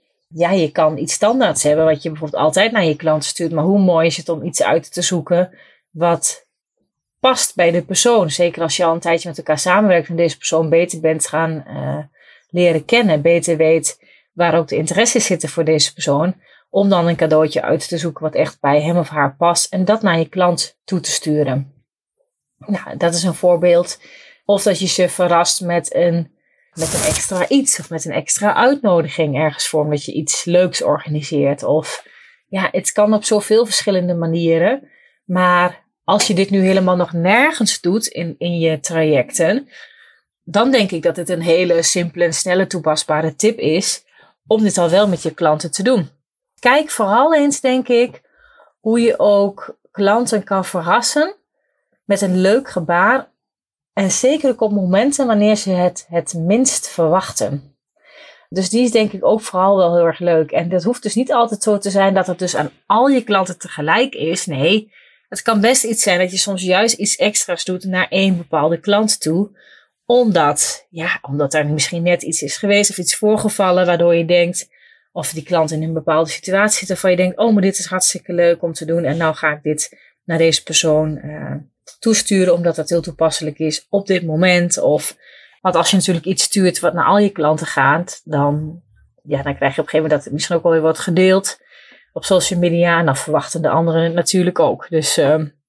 je kan iets standaards hebben wat je bijvoorbeeld altijd naar je klanten stuurt. Maar hoe mooi is het om iets uit te zoeken wat past bij de persoon. Zeker als je al een tijdje met elkaar samenwerkt en deze persoon beter bent gaan leren kennen. Beter weet waar ook de interesses zitten voor deze persoon. Om dan een cadeautje uit te zoeken wat echt bij hem of haar past. En dat naar je klant toe te sturen. Nou, dat is een voorbeeld. Of dat je ze verrast met een extra iets. Of met een extra uitnodiging ergens voor. Omdat je iets leuks organiseert. Of het kan op zoveel verschillende manieren. Maar als je dit nu helemaal nog nergens doet in je trajecten. Dan denk ik dat het een hele simpele en snelle toepasbare tip is. Om dit al wel met je klanten te doen. Kijk vooral eens, denk ik, hoe je ook klanten kan verrassen met een leuk gebaar. En zeker ook op momenten wanneer ze het minst verwachten. Dus die is denk ik ook vooral wel heel erg leuk. En dat hoeft dus niet altijd zo te zijn dat het dus aan al je klanten tegelijk is. Nee, het kan best iets zijn dat je soms juist iets extra's doet naar één bepaalde klant toe. Omdat er misschien net iets is geweest of iets voorgevallen waardoor je denkt, of die klant in een bepaalde situatie zit waarvan je denkt, oh, maar dit is hartstikke leuk om te doen en nou ga ik dit naar deze persoon toesturen omdat dat heel toepasselijk is op dit moment. Want als je natuurlijk iets stuurt wat naar al je klanten gaat, dan krijg je op een gegeven moment dat het misschien ook wel weer wordt gedeeld op social media en dan verwachten de anderen het natuurlijk ook. Dus,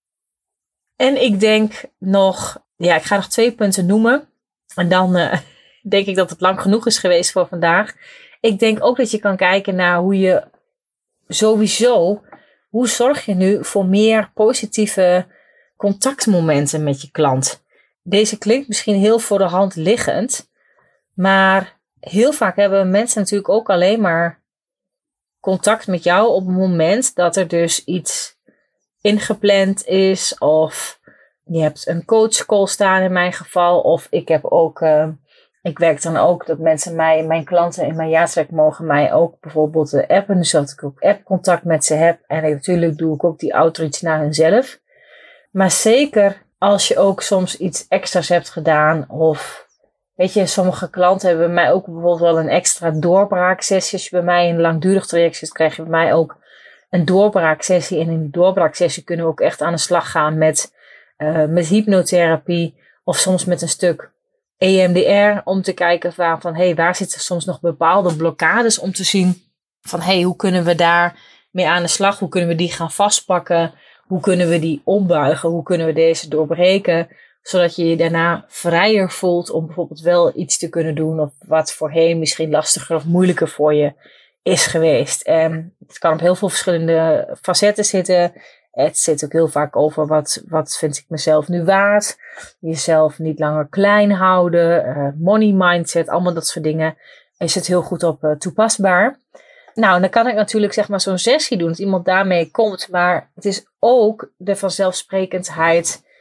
en ik denk nog, ik ga nog 2 punten noemen. En dan denk ik dat het lang genoeg is geweest voor vandaag. Ik denk ook dat je kan kijken naar hoe je sowieso, hoe zorg je nu voor meer positieve contactmomenten met je klant. Deze klinkt misschien heel voor de hand liggend. Maar heel vaak hebben mensen natuurlijk ook alleen maar contact met jou op het moment dat er dus iets ingepland is. Of je hebt een coachcall staan in mijn geval. Of ik heb ook, ik werk dan ook dat mensen mijn klanten in mijn jaartraject mogen mij ook bijvoorbeeld appen. Dus dat ik ook appcontact met ze heb. En natuurlijk doe ik ook die outreach naar hunzelf. Maar zeker als je ook soms iets extra's hebt gedaan. Of weet je, sommige klanten hebben bij mij ook bijvoorbeeld wel een extra doorbraaksessie. Als je bij mij in een langdurig traject zit, krijg je bij mij ook een doorbraaksessie. En in die doorbraaksessie kunnen we ook echt aan de slag gaan met hypnotherapie. Of soms met een stuk EMDR. Om te kijken van waar zitten soms nog bepaalde blokkades. Om te zien van hoe kunnen we daar mee aan de slag? Hoe kunnen we die gaan vastpakken? Hoe kunnen we die ombuigen? Hoe kunnen we deze doorbreken? Zodat je je daarna vrijer voelt om bijvoorbeeld wel iets te kunnen doen. Of wat voorheen misschien lastiger of moeilijker voor je is geweest. En het kan op heel veel verschillende facetten zitten. Het zit ook heel vaak over wat vind ik mezelf nu waard. Jezelf niet langer klein houden. Money mindset, allemaal dat soort dingen. Is het heel goed op toepasbaar. Nou, dan kan ik natuurlijk zeg maar zo'n sessie doen. Dat iemand daarmee komt. Maar het is ook de vanzelfsprekendheid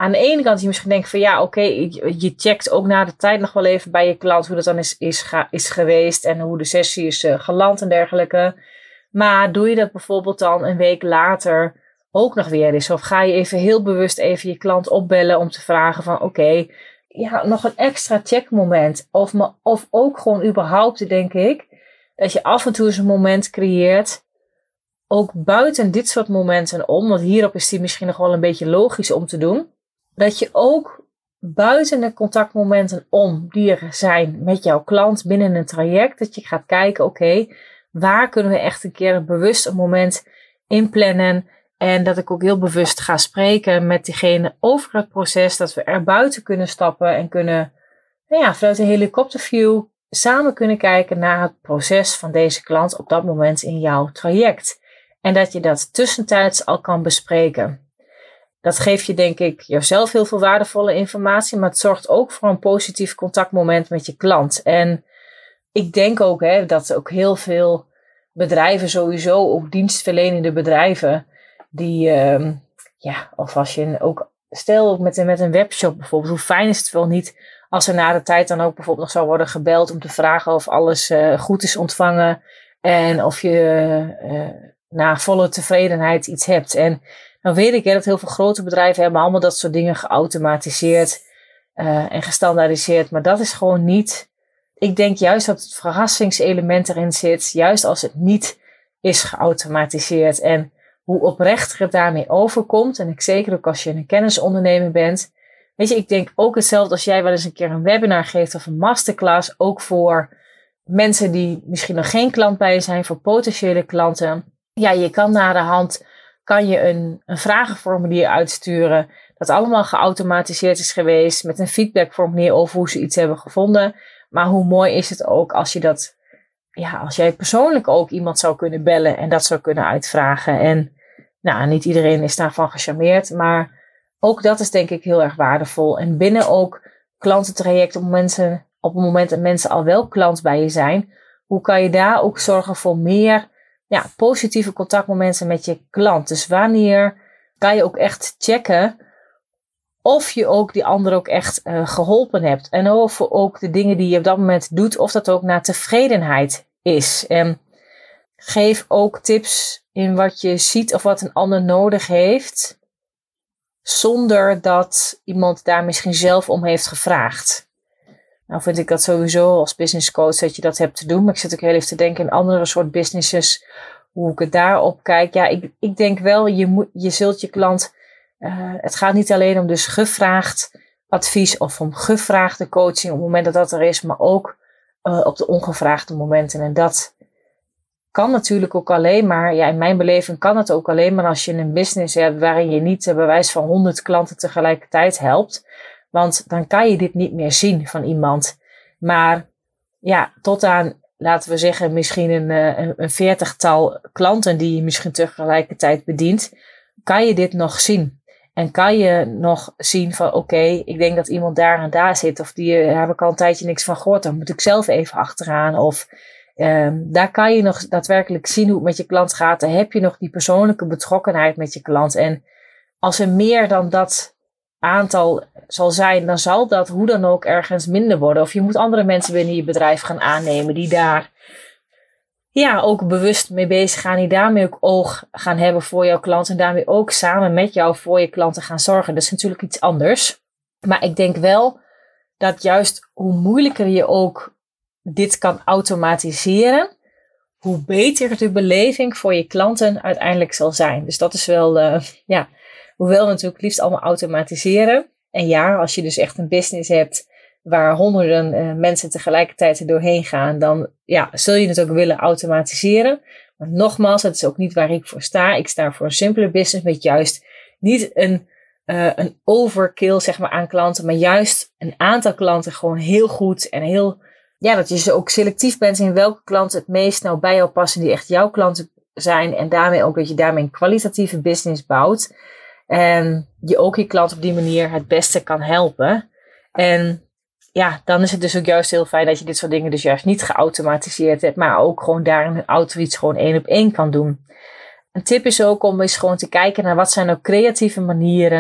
aan de ene kant je misschien denkt van ja, oké, je checkt ook na de tijd nog wel even bij je klant hoe dat dan is geweest en hoe de sessie is geland en dergelijke. Maar doe je dat bijvoorbeeld dan een week later ook nog weer eens? Of ga je even heel bewust even je klant opbellen om te vragen van oké, ja, nog een extra checkmoment. Of ook gewoon überhaupt, denk ik, dat je af en toe eens een moment creëert, ook buiten dit soort momenten om, want hierop is die misschien nog wel een beetje logisch om te doen, dat je ook buiten de contactmomenten om die er zijn met jouw klant binnen een traject, dat je gaat kijken, oké, waar kunnen we echt een keer bewust een moment inplannen en dat ik ook heel bewust ga spreken met diegene over het proces, dat we er buiten kunnen stappen en kunnen, vanuit een helikopterview samen kunnen kijken naar het proces van deze klant op dat moment in jouw traject. En dat je dat tussentijds al kan bespreken. Dat geeft je, denk ik, jezelf heel veel waardevolle informatie, maar het zorgt ook voor een positief contactmoment met je klant. En ik denk ook dat ook heel veel bedrijven sowieso, ook dienstverlenende bedrijven, die, of als je ook, stel ook met een webshop bijvoorbeeld, hoe fijn is het wel niet als er na de tijd dan ook bijvoorbeeld nog zou worden gebeld om te vragen of alles goed is ontvangen en of je na volle tevredenheid iets hebt. En dan weet ik dat heel veel grote bedrijven hebben allemaal dat soort dingen geautomatiseerd en gestandaardiseerd. Maar dat is gewoon niet. Ik denk juist dat het verrassingselement erin zit, juist als het niet is geautomatiseerd. En hoe oprechter het daarmee overkomt. En ik zeker ook als je een kennisondernemer bent. Weet je, ik denk ook hetzelfde als jij wel eens een keer een webinar geeft of een masterclass. Ook voor mensen die misschien nog geen klant bij je zijn, voor potentiële klanten. Ja, je kan na de hand een vragenformulier uitsturen. Dat allemaal geautomatiseerd is geweest. Met een feedbackformulier over hoe ze iets hebben gevonden. Maar hoe mooi is het ook als je dat, als jij persoonlijk ook iemand zou kunnen bellen en dat zou kunnen uitvragen. En niet iedereen is daarvan gecharmeerd, maar ook dat is denk ik heel erg waardevol. En binnen ook klantentrajecten op het moment dat mensen al wel klant bij je zijn, hoe kan je daar ook zorgen voor meer positieve contactmomenten met je klant? Dus wanneer kan je ook echt checken of je ook die ander ook echt geholpen hebt. En of ook de dingen die je op dat moment doet, of dat ook naar tevredenheid is. En geef ook tips in wat je ziet of wat een ander nodig heeft, zonder dat iemand daar misschien zelf om heeft gevraagd. Nou vind ik dat sowieso als business coach dat je dat hebt te doen. Maar ik zit ook heel even te denken in andere soort businesses, hoe ik het daarop kijk. Ja, ik denk wel, je zult je klant, het gaat niet alleen om dus gevraagd advies of om gevraagde coaching op het moment dat dat er is, maar ook op de ongevraagde momenten. En dat kan natuurlijk ook alleen maar, in mijn beleving kan het ook alleen maar als je een business hebt waarin je niet bij wijze van 100 klanten tegelijkertijd helpt. Want dan kan je dit niet meer zien van iemand. Maar tot aan, laten we zeggen, misschien een 40-tal klanten die je misschien tegelijkertijd bedient, kan je dit nog zien. En kan je nog zien van oké, ik denk dat iemand daar en daar zit. Of die heb ik al een tijdje niks van gehoord. Dan moet ik zelf even achteraan. Of daar kan je nog daadwerkelijk zien hoe het met je klant gaat. Dan heb je nog die persoonlijke betrokkenheid met je klant. En als er meer dan dat aantal zal zijn, dan zal dat hoe dan ook ergens minder worden. Of je moet andere mensen binnen je bedrijf gaan aannemen die daar ook bewust mee bezig gaan. Die daarmee ook oog gaan hebben voor jouw klant. En daarmee ook samen met jou voor je klanten gaan zorgen. Dat is natuurlijk iets anders. Maar ik denk wel dat juist hoe moeilijker je ook dit kan automatiseren, hoe beter de beleving voor je klanten uiteindelijk zal zijn. Dus dat is wel, hoewel we natuurlijk liefst allemaal automatiseren. En als je dus echt een business hebt waar honderden mensen tegelijkertijd er doorheen gaan, dan zul je het ook willen automatiseren. Maar nogmaals, dat is ook niet waar ik voor sta. Ik sta voor een simpele business met juist niet een overkill zeg maar aan klanten, maar juist een aantal klanten gewoon heel goed en heel, dat je dus ook selectief bent in welke klanten het meest nou bij jou passen, die echt jouw klanten zijn. En daarmee ook dat je daarmee een kwalitatieve business bouwt. En je ook je klant op die manier het beste kan helpen. En dan is het dus ook juist heel fijn dat je dit soort dingen dus juist niet geautomatiseerd hebt, maar ook gewoon daar in een outreach gewoon 1-op-1 kan doen. Een tip is ook om eens gewoon te kijken naar wat zijn nou creatieve manieren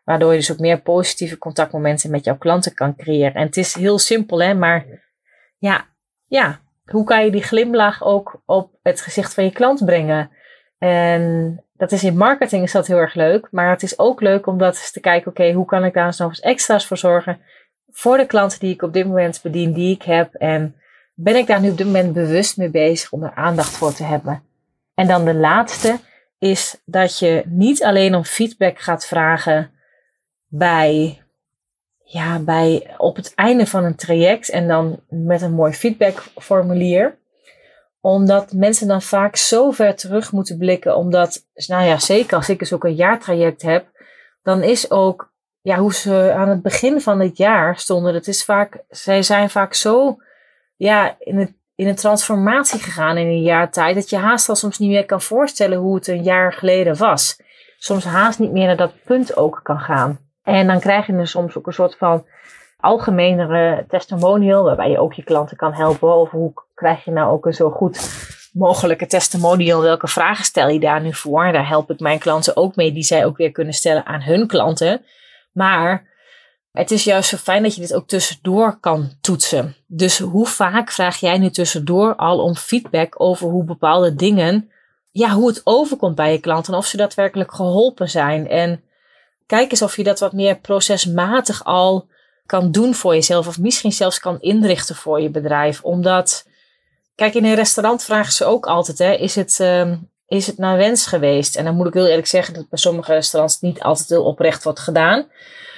Waardoor je dus ook meer positieve contactmomenten met jouw klanten kan creëren. En het is heel simpel, hè, maar ja, hoe kan je die glimlach ook op het gezicht van je klant brengen? En dat is in marketing is dat heel erg leuk. Maar het is ook leuk om dat eens te kijken, oké, hoe kan ik daar nog eens extra's voor zorgen voor de klanten die ik op dit moment bedien, die ik heb. En ben ik daar nu op dit moment bewust mee bezig om er aandacht voor te hebben? En dan de laatste is dat je niet alleen om feedback gaat vragen bij op het einde van een traject en dan met een mooi feedbackformulier. Omdat mensen dan vaak zo ver terug moeten blikken. Omdat, zeker als ik dus ook een jaartraject heb, dan is ook hoe ze aan het begin van het jaar stonden. Zij zijn vaak zo in een transformatie gegaan in een jaar tijd, dat je haast al soms niet meer kan voorstellen hoe het een jaar geleden was. Soms haast niet meer naar dat punt ook kan gaan. En dan krijg je er soms ook een soort van algemenere testimonial, waarbij je ook je klanten kan helpen over hoe krijg je nou ook een zo goed mogelijke testimonial. Welke vragen stel je daar nu voor? Daar help ik mijn klanten ook mee, die zij ook weer kunnen stellen aan hun klanten. Maar het is juist zo fijn dat je dit ook tussendoor kan toetsen. Dus hoe vaak vraag jij nu tussendoor al om feedback over hoe bepaalde dingen, hoe het overkomt bij je klanten en of ze daadwerkelijk geholpen zijn. En kijk eens of je dat wat meer procesmatig al kan doen voor jezelf. Of misschien zelfs kan inrichten voor je bedrijf. Omdat, kijk, in een restaurant vragen ze ook altijd, hè, is het naar wens geweest? En dan moet ik heel eerlijk zeggen dat bij sommige restaurants niet altijd heel oprecht wordt gedaan.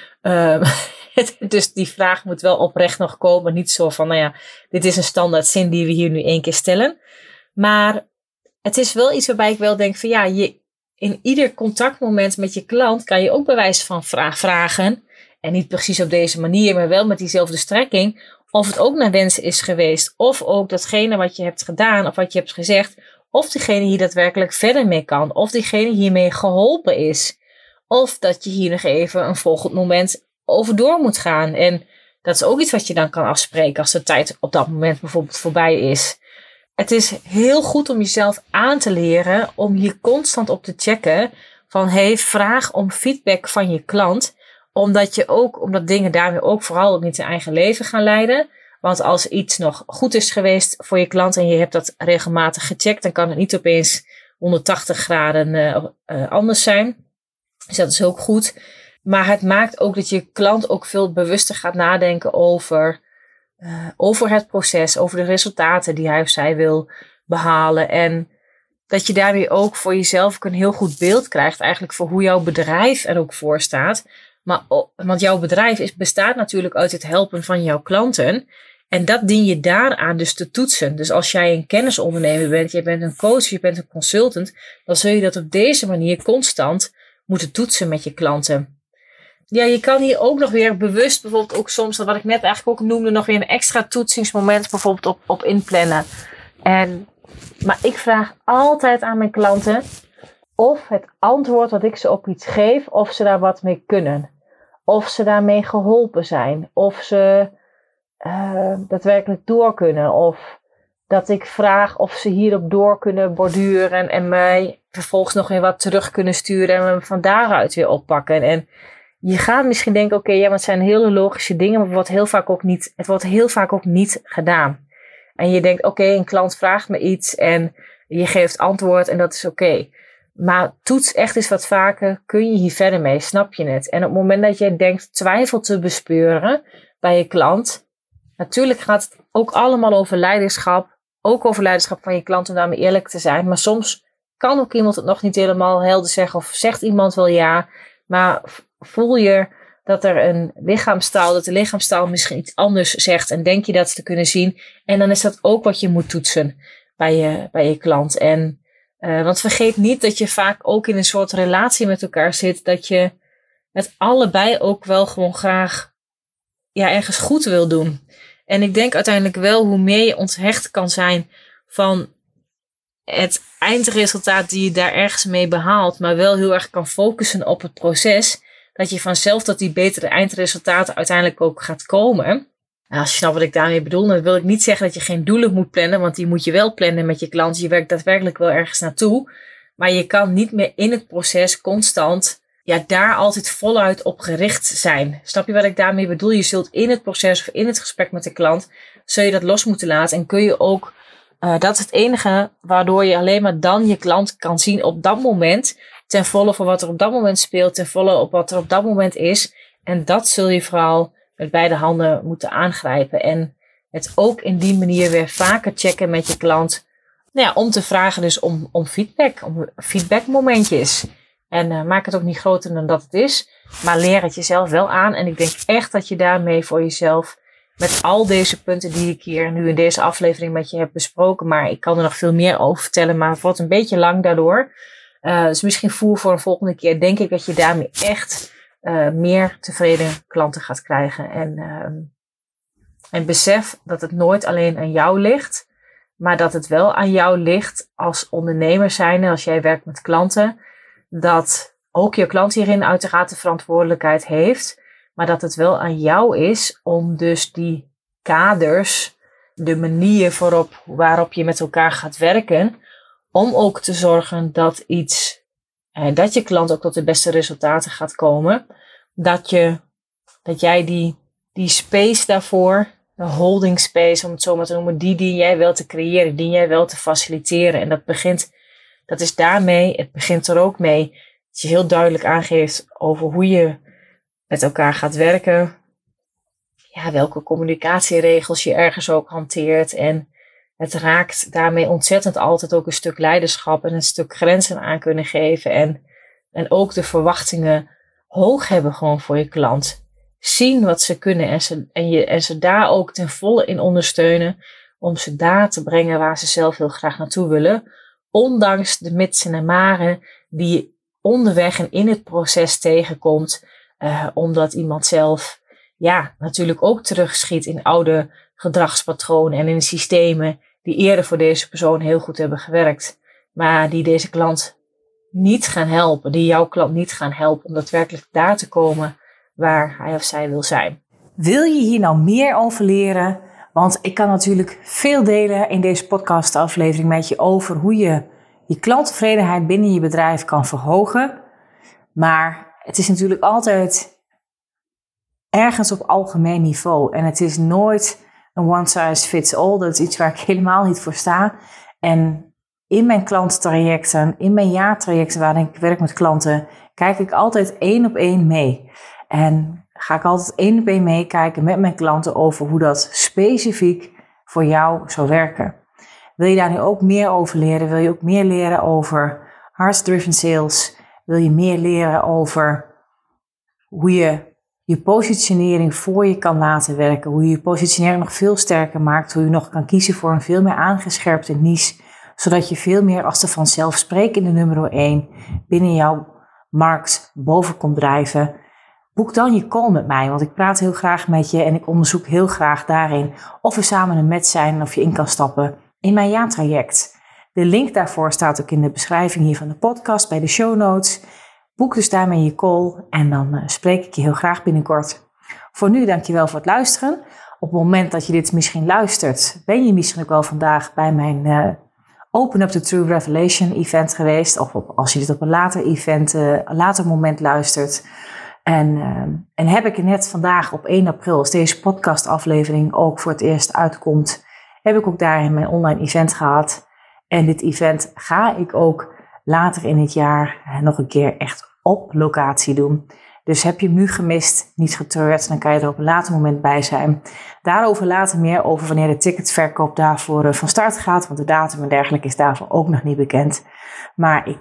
Dus die vraag moet wel oprecht nog komen. Niet zo van, dit is een standaard zin die we hier nu 1 keer stellen. Maar het is wel iets waarbij ik wel denk van in ieder contactmoment met je klant kan je ook bij wijze van vragen. En niet precies op deze manier, maar wel met diezelfde strekking. Of het ook naar wens is geweest. Of ook datgene wat je hebt gedaan of wat je hebt gezegd. Of diegene hier daadwerkelijk verder mee kan. Of diegene hiermee geholpen is. Of dat je hier nog even een volgend moment over door moet gaan. En dat is ook iets wat je dan kan afspreken als de tijd op dat moment bijvoorbeeld voorbij is. Het is heel goed om jezelf aan te leren om hier constant op te checken van vraag om feedback van je klant. Omdat dingen daarmee ook vooral niet zijn eigen leven gaan leiden. Want als iets nog goed is geweest voor je klant en je hebt dat regelmatig gecheckt, dan kan het niet opeens 180 graden anders zijn. Dus dat is ook goed. Maar het maakt ook dat je klant ook veel bewuster gaat nadenken over het proces, over de resultaten die hij of zij wil behalen. En dat je daarmee ook voor jezelf ook een heel goed beeld krijgt eigenlijk voor hoe jouw bedrijf er ook voor staat. Want jouw bedrijf bestaat natuurlijk uit het helpen van jouw klanten. En dat dien je daaraan dus te toetsen. Dus als jij een kennisondernemer bent, je bent een coach, je bent een consultant, dan zul je dat op deze manier constant moeten toetsen met je klanten. Ja, je kan hier ook nog weer bewust bijvoorbeeld ook soms, wat ik net eigenlijk ook noemde, nog weer een extra toetsingsmoment bijvoorbeeld op inplannen. Maar ik vraag altijd aan mijn klanten of het antwoord wat ik ze op iets geef, of ze daar wat mee kunnen. Of ze daarmee geholpen zijn. Of ze daadwerkelijk door kunnen. Of dat ik vraag of ze hierop door kunnen borduren en mij vervolgens nog weer wat terug kunnen sturen en me van daaruit weer oppakken. En je gaat misschien denken, oké, maar het zijn hele logische dingen, maar het wordt heel vaak ook niet gedaan. En je denkt, oké, een klant vraagt me iets en je geeft antwoord en dat is oké. Maar toets echt eens wat vaker, kun je hier verder mee, snap je het? En op het moment dat je denkt twijfel te bespeuren bij je klant, natuurlijk gaat het ook allemaal over leiderschap, ook over leiderschap van je klant om daarmee eerlijk te zijn. Maar soms kan ook iemand het nog niet helemaal helder zeggen of zegt iemand wel ja, maar voel je dat er dat de lichaamstaal misschien iets anders zegt en denk je dat te kunnen zien. En dan is dat ook wat je moet toetsen bij je klant. Want vergeet niet dat je vaak ook in een soort relatie met elkaar zit, dat je het allebei ook wel gewoon graag ergens goed wil doen. En ik denk uiteindelijk wel hoe meer je onthecht kan zijn van het eindresultaat die je daar ergens mee behaalt, maar wel heel erg kan focussen op het proces, dat je vanzelf tot die betere eindresultaten uiteindelijk ook gaat komen. En als je snapt wat ik daarmee bedoel, dan wil ik niet zeggen dat je geen doelen moet plannen, want die moet je wel plannen met je klant. Je werkt daadwerkelijk wel ergens naartoe, maar je kan niet meer in het proces constant daar altijd voluit op gericht zijn. Snap je wat ik daarmee bedoel? Je zult in het proces of in het gesprek met de klant, zul je dat los moeten laten. En kun je ook, dat is het enige waardoor je alleen maar dan je klant kan zien op dat moment. Ten volle voor wat er op dat moment speelt. Ten volle op wat er op dat moment is. En dat zul je vooral met beide handen moeten aangrijpen. En het ook in die manier weer vaker checken met je klant. Om te vragen dus om feedback. Om feedbackmomentjes. En maak het ook niet groter dan dat het is. Maar leer het jezelf wel aan. En ik denk echt dat je daarmee voor jezelf, met al deze punten die ik hier nu in deze aflevering met je heb besproken. Maar ik kan er nog veel meer over vertellen. Maar het wordt een beetje lang daardoor. Dus misschien voer voor een volgende keer. Denk ik dat je daarmee echt meer tevreden klanten gaat krijgen. En besef dat het nooit alleen aan jou ligt. Maar dat het wel aan jou ligt als ondernemer zijnde. Als jij werkt met klanten. Dat ook je klant hierin uiteraard de verantwoordelijkheid heeft. Maar dat het wel aan jou is om dus die kaders, de manier waarop je met elkaar gaat werken, om ook te zorgen dat dat je klant ook tot de beste resultaten gaat komen. Dat jij die space daarvoor, de holding space om het zo maar te noemen, die dien jij wel te creëren, dien jij wel te faciliteren. En het begint er ook mee dat je heel duidelijk aangeeft over hoe je met elkaar gaat werken. Ja, welke communicatieregels je ergens ook hanteert. En het raakt daarmee ontzettend altijd ook een stuk leiderschap en een stuk grenzen aan kunnen geven. En ook de verwachtingen hoog hebben gewoon voor je klant. Zien wat ze kunnen en ze daar ook ten volle in ondersteunen. Om ze daar te brengen waar ze zelf heel graag naartoe willen. Ondanks de mitsen en maren die je onderweg en in het proces tegenkomt. Omdat iemand zelf natuurlijk ook terugschiet in oude gedragspatronen en in systemen die eerder voor deze persoon heel goed hebben gewerkt. Maar die deze klant niet gaan helpen, die jouw klant niet gaan helpen om daadwerkelijk daar te komen waar hij of zij wil zijn. Wil je hier nou meer over leren? Want ik kan natuurlijk veel delen in deze podcastaflevering met je over hoe je je klanttevredenheid binnen je bedrijf kan verhogen. Maar het is natuurlijk altijd ergens op algemeen niveau. En het is nooit een one size fits all. Dat is iets waar ik helemaal niet voor sta. En in mijn klantentrajecten, in mijn jaartrajecten waarin ik werk met klanten, kijk ik altijd 1-op-1 mee. En ga ik altijd 1-op-1 meekijken met mijn klanten over hoe dat specifiek voor jou zou werken. Wil je daar nu ook meer over leren? Wil je ook meer leren over heart-driven sales? Wil je meer leren over hoe je je positionering voor je kan laten werken? Hoe je je positionering nog veel sterker maakt? Hoe je nog kan kiezen voor een veel meer aangescherpte niche? Zodat je veel meer als de vanzelfsprekende nummer 1 binnen jouw markt boven komt drijven. Boek dan je call met mij, want ik praat heel graag met je en ik onderzoek heel graag daarin of we samen een match zijn en of je in kan stappen in mijn jaartraject. De link daarvoor staat ook in de beschrijving hier van de podcast bij de show notes. Boek dus daarmee je call en dan spreek ik je heel graag binnenkort. Voor nu dankjewel voor het luisteren. Op het moment dat je dit misschien luistert, ben je misschien ook wel vandaag bij mijn Open Up the True Revelation event geweest. Of als je dit op een later moment luistert. En heb ik net vandaag op 1 april, als deze podcastaflevering ook voor het eerst uitkomt, heb ik ook daarin mijn online event gehad. En dit event ga ik ook later in het jaar nog een keer echt op locatie doen. Dus heb je hem nu gemist, niet getreurd, dan kan je er op een later moment bij zijn. Daarover later meer, over wanneer de ticketverkoop daarvoor van start gaat. Want de datum en dergelijke is daarvoor ook nog niet bekend. Maar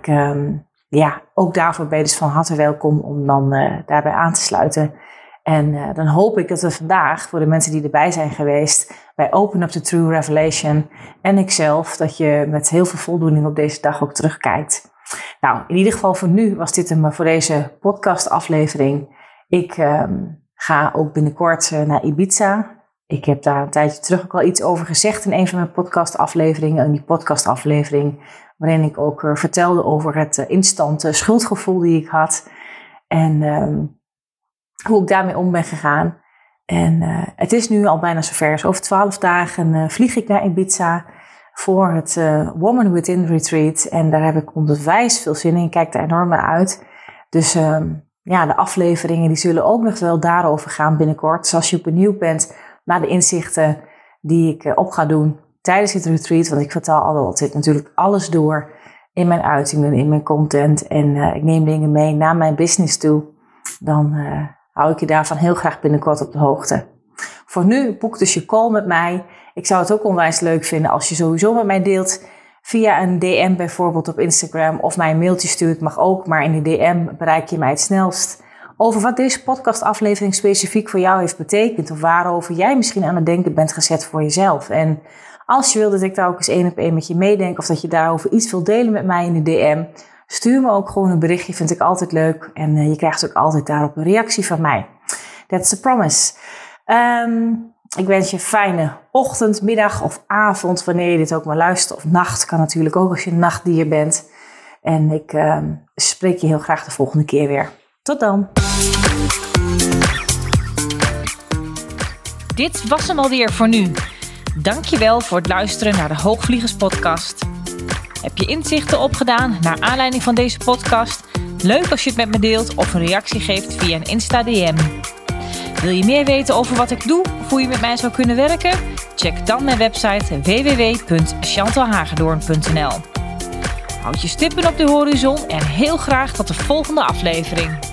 ook daarvoor ben je dus van harte welkom om dan daarbij aan te sluiten. En dan hoop ik dat we vandaag, voor de mensen die erbij zijn geweest, bij Open Up the True Revelation en ikzelf, dat je met heel veel voldoening op deze dag ook terugkijkt. Nou, in ieder geval voor nu was dit hem voor deze podcastaflevering. Ik ga ook binnenkort naar Ibiza. Ik heb daar een tijdje terug ook al iets over gezegd in een van mijn podcastafleveringen. In die podcastaflevering waarin ik ook vertelde over het instant schuldgevoel die ik had. En hoe ik daarmee om ben gegaan. En het is nu al bijna zover. Dus over 12 dagen vlieg ik naar Ibiza voor het Woman Within Retreat. En daar heb ik onwijs veel zin in. Ik kijk er enorm naar uit. Dus de afleveringen die zullen ook nog wel daarover gaan binnenkort. Dus als je benieuwd bent naar de inzichten die ik op ga doen tijdens het retreat. Want ik vertel altijd natuurlijk alles door in mijn uitingen, in mijn content. En ik neem dingen mee naar mijn business toe. Dan hou ik je daarvan heel graag binnenkort op de hoogte. Voor nu boek dus je call met mij. Ik zou het ook onwijs leuk vinden als je sowieso met mij deelt. Via een DM bijvoorbeeld op Instagram of mij een mailtje stuurt. Mag ook, maar in de DM bereik je mij het snelst. Over wat deze podcastaflevering specifiek voor jou heeft betekend. Of waarover jij misschien aan het denken bent gezet voor jezelf. En als je wil dat ik daar ook eens 1-op-1 met je meedenk. Of dat je daarover iets wilt delen met mij in de DM. Stuur me ook gewoon een berichtje, vind ik altijd leuk. En je krijgt ook altijd daarop een reactie van mij. That's a promise. Ik wens je een fijne ochtend, middag of avond, wanneer je dit ook maar luistert. Of nacht, kan natuurlijk ook als je een nachtdier bent. En ik spreek je heel graag de volgende keer weer. Tot dan. Dit was hem alweer voor nu. Dankjewel voor het luisteren naar de Hoogvliegers podcast. Heb je inzichten opgedaan naar aanleiding van deze podcast? Leuk als je het met me deelt of een reactie geeft via een Insta-DM. Wil je meer weten over wat ik doe of hoe je met mij zou kunnen werken? Check dan mijn website www.chantalhagedoorn.nl. Houd je stippen op de horizon en heel graag tot de volgende aflevering.